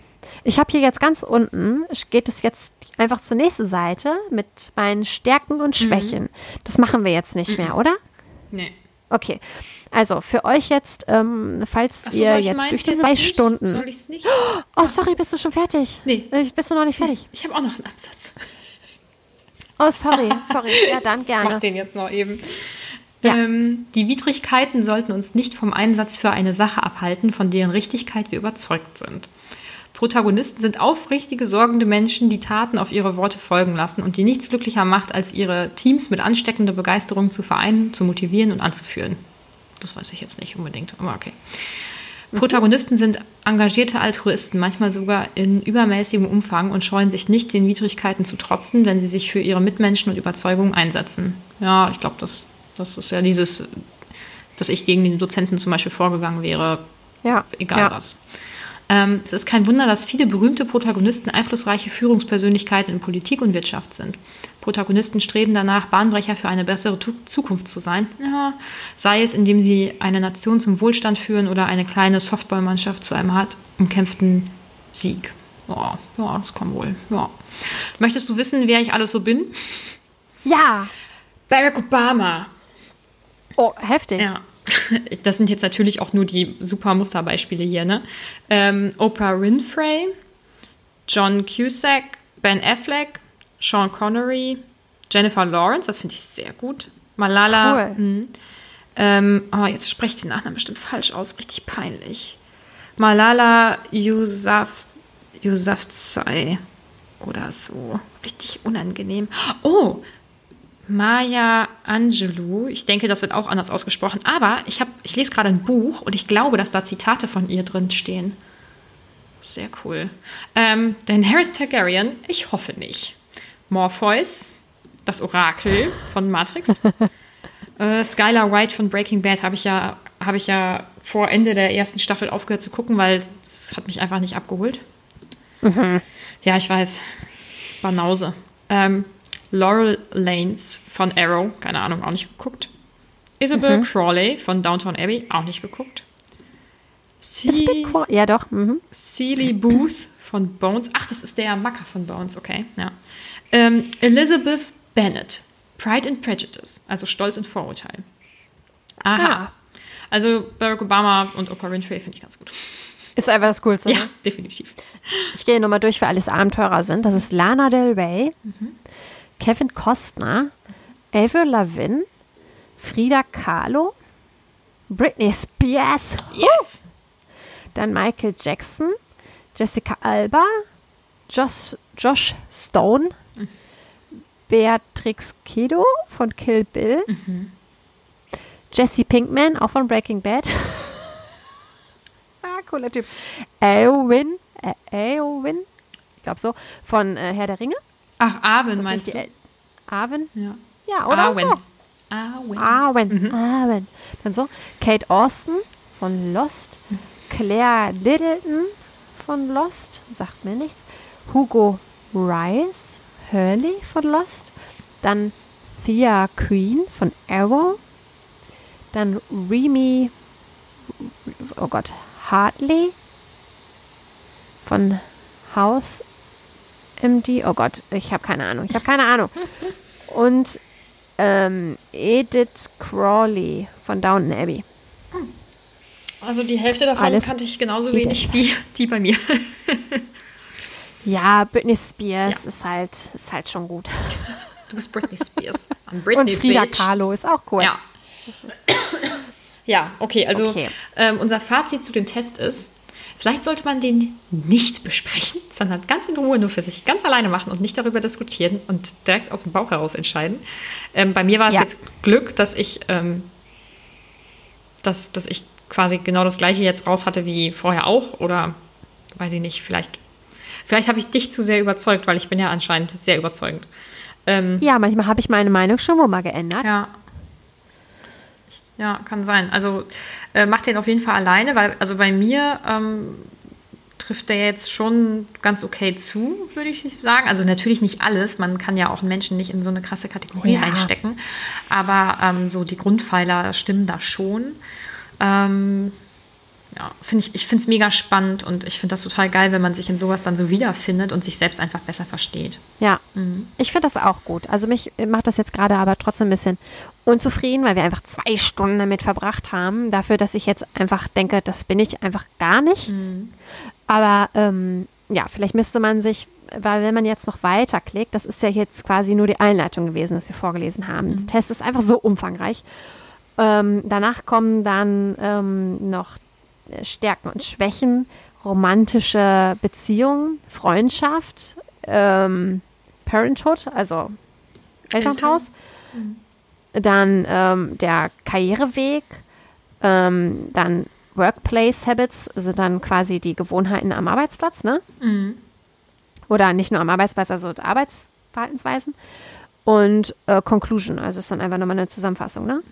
Ich habe hier jetzt ganz unten, geht es jetzt einfach zur nächsten Seite mit meinen Stärken und Schwächen. Das machen wir jetzt nicht mehr, oder? Nee. Okay. Also für euch jetzt, falls ihr jetzt durch die 2 Stunden... Soll ich es nicht? Oh, sorry, bist du schon fertig? Nee. Bist du noch nicht fertig? Ich habe auch noch einen Absatz. Oh, sorry. Ja, dann gerne. Ich mach den jetzt noch eben. Ja. Die Widrigkeiten sollten uns nicht vom Einsatz für eine Sache abhalten, von deren Richtigkeit wir überzeugt sind. Protagonisten sind aufrichtige, sorgende Menschen, die Taten auf ihre Worte folgen lassen und die nichts glücklicher macht, als ihre Teams mit ansteckender Begeisterung zu vereinen, zu motivieren und anzuführen. Das weiß ich jetzt nicht unbedingt, aber okay. Protagonisten sind engagierte Altruisten, manchmal sogar in übermäßigem Umfang und scheuen sich nicht, den Widrigkeiten zu trotzen, wenn sie sich für ihre Mitmenschen und Überzeugungen einsetzen. Ja, ich glaube, das ist ja dieses, dass ich gegen den Dozenten zum Beispiel vorgegangen wäre, egal was. Es ist kein Wunder, dass viele berühmte Protagonisten einflussreiche Führungspersönlichkeiten in Politik und Wirtschaft sind. Protagonisten streben danach, Bahnbrecher für eine bessere Zukunft zu sein. Ja, sei es, indem sie eine Nation zum Wohlstand führen oder eine kleine Softballmannschaft zu einem hart umkämpften Sieg. Ja, das kommt wohl. Ja. Möchtest du wissen, wer ich alles so bin? Ja. Barack Obama. Oh, heftig. Ja. Das sind jetzt natürlich auch nur die super Musterbeispiele hier, ne? Oprah Winfrey, John Cusack, Ben Affleck, Sean Connery, Jennifer Lawrence, das finde ich sehr gut. Malala. Cool. Jetzt spreche ich den Nachnamen bestimmt falsch aus, richtig peinlich. Malala Yousafzai oder so. Richtig unangenehm. Oh, Maya Angelou, ich denke, das wird auch anders ausgesprochen, aber ich lese gerade ein Buch und ich glaube, dass da Zitate von ihr drin stehen. Sehr cool. Daenerys Targaryen, ich hoffe nicht. Morpheus, das Orakel von Matrix. Skylar White von Breaking Bad habe ich ja vor Ende der ersten Staffel aufgehört zu gucken, weil es hat mich einfach nicht abgeholt. Ja, ich weiß. Banause. Laurel Lanes von Arrow, keine Ahnung, auch nicht geguckt. Isabel Crawley von Downton Abbey, auch nicht geguckt. Ja, doch. Celie Booth von Bones. Ach, das ist der Macker von Bones, okay. Ja. Elizabeth Bennet, Pride and Prejudice, also Stolz und Vorurteil. Aha. Also Barack Obama und Oprah Winfrey finde ich ganz gut. Ist einfach das Coolste. Ja, ne? definitiv. Ich gehe nochmal durch, wer alles Abenteurer sind. Das ist Lana Del Rey, Kevin Costner, Avril Lavigne, Frida Kahlo, Britney Spears, Yes. Dann Michael Jackson, Jessica Alba, Josh Stone, Beatrix Kiddo von Kill Bill, Jesse Pinkman, auch von Breaking Bad. Cooler Typ. Eowyn, ich glaube so, von Herr der Ringe. Ach, Arwen meinst du? Arwen? Ja. Ja, oder Arwen. so. Arwen. Arwen. Dann so, Kate Austen von Lost, Claire Littleton von Lost, sagt mir nichts. Hugo Rice, Hurley von Lost. Dann Thea Queen von Arrow. Dann Remy, Hartley von House MD. Oh Gott, ich habe keine Ahnung. Und Edith Crawley von Downton Abbey. Also die Hälfte davon kannte ich genauso wenig wie die bei mir. Ja, Britney Spears ist halt schon gut. Du bist Britney Spears. Britney, und Frida Bitch. Kahlo ist auch cool. Ja. Ja, okay, also unser Fazit zu dem Test ist, vielleicht sollte man den nicht besprechen, sondern ganz in Ruhe nur für sich ganz alleine machen und nicht darüber diskutieren und direkt aus dem Bauch heraus entscheiden. Bei mir war es jetzt Glück, dass ich quasi genau das Gleiche jetzt raus hatte wie vorher auch. Oder, weiß ich nicht, vielleicht habe ich dich zu sehr überzeugt, weil ich bin ja anscheinend sehr überzeugend. Ja, manchmal habe ich meine Meinung schon wohl mal geändert. Ja, kann sein. Also mach den auf jeden Fall alleine, weil also bei mir trifft der jetzt schon ganz okay zu, würde ich sagen. Also natürlich nicht alles. Man kann ja auch einen Menschen nicht in so eine krasse Kategorie reinstecken. Aber so die Grundpfeiler stimmen da schon. ja, ich finde es mega spannend und ich finde das total geil, wenn man sich in sowas dann so wiederfindet und sich selbst einfach besser versteht. Ja, ich finde das auch gut. Also mich macht das jetzt gerade aber trotzdem ein bisschen unzufrieden, weil wir einfach 2 Stunden damit verbracht haben, dafür, dass ich jetzt einfach denke, das bin ich einfach gar nicht. Aber ja, vielleicht müsste man sich, weil wenn man jetzt noch weiterklickt, das ist ja jetzt quasi nur die Einleitung gewesen, das wir vorgelesen haben. Der Test ist einfach so umfangreich. Danach kommen dann noch Stärken und Schwächen, romantische Beziehungen, Freundschaft, Parenthood, also Elternhaus. Dann der Karriereweg, dann Workplace Habits, sind dann quasi die Gewohnheiten am Arbeitsplatz, ne? Oder nicht nur am Arbeitsplatz, also Arbeitsverhaltensweisen. Und Conclusion, also ist dann einfach nochmal eine Zusammenfassung, ne?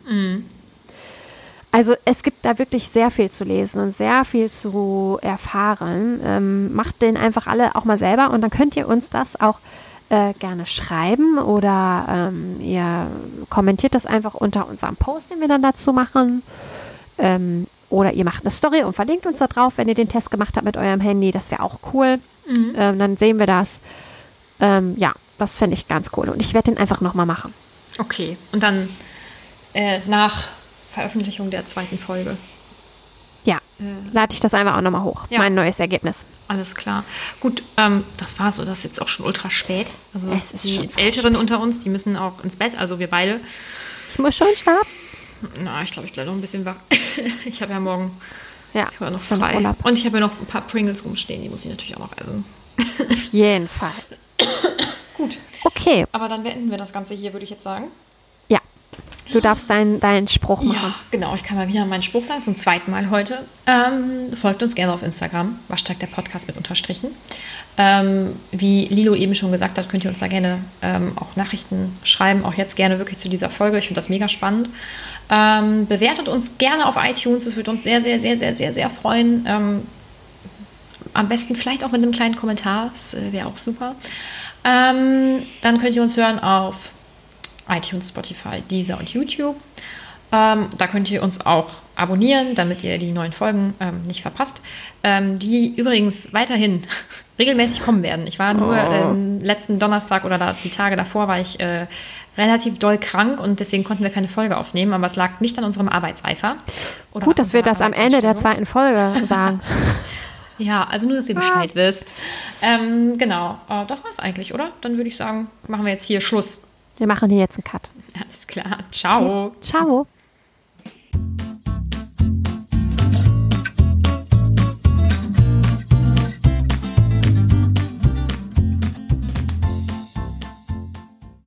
Also es gibt da wirklich sehr viel zu lesen und sehr viel zu erfahren. Macht den einfach alle auch mal selber und dann könnt ihr uns das auch gerne schreiben oder ihr kommentiert das einfach unter unserem Post, den wir dann dazu machen. Oder ihr macht eine Story und verlinkt uns da drauf, wenn ihr den Test gemacht habt mit eurem Handy. Das wäre auch cool. Dann sehen wir das. Ja, das fände ich ganz cool. Und ich werde den einfach nochmal machen. Okay, und dann nach Veröffentlichung der 2. Folge. Ja, lade ich das einfach auch nochmal hoch. Ja. Mein neues Ergebnis. Alles klar. Gut, das war so. Das ist jetzt auch schon ultra spät. Also Es ist die schon voll Älteren spät. unter uns, die müssen auch ins Bett. Also wir beide. Ich muss schon schlafen. Na, ich glaube, ich bleibe noch ein bisschen wach. Ich habe ja morgen Ja, noch ist ja noch frei. Urlaub. Und ich habe ja noch ein paar Pringles rumstehen. Die muss ich natürlich auch noch essen. Auf jeden Fall. Gut. Okay, Aber dann beenden wir das Ganze hier, würde ich jetzt sagen. ja. Du darfst deinen Spruch machen. Ja, genau. Ich kann mal wieder meinen Spruch sagen, zum 2. Mal heute. Folgt uns gerne auf Instagram, #der Podcast mit Unterstrichen. Wie Lilo eben schon gesagt hat, könnt ihr uns da gerne auch Nachrichten schreiben, auch jetzt gerne wirklich zu dieser Folge. Ich finde das mega spannend. Bewertet uns gerne auf iTunes, es würde uns sehr, sehr, sehr, sehr, sehr, sehr freuen. Am besten vielleicht auch mit einem kleinen Kommentar, das wäre auch super. Dann könnt ihr uns hören auf iTunes, Spotify, Deezer und YouTube. Da könnt ihr uns auch abonnieren, damit ihr die neuen Folgen nicht verpasst, die übrigens weiterhin regelmäßig kommen werden. Ich war nur letzten Donnerstag oder die Tage davor war ich relativ doll krank und deswegen konnten wir keine Folge aufnehmen, aber es lag nicht an unserem Arbeitseifer. Oder Gut, an dass wir unserer das am Ende der Arbeitseinstellung. 2. Folge sagen. Ja, also nur, dass ihr Bescheid wisst. Genau, das war's eigentlich, oder? Dann würde ich sagen, machen wir jetzt hier Schluss. Wir machen hier jetzt einen Cut. Alles klar, ciao. Ciao.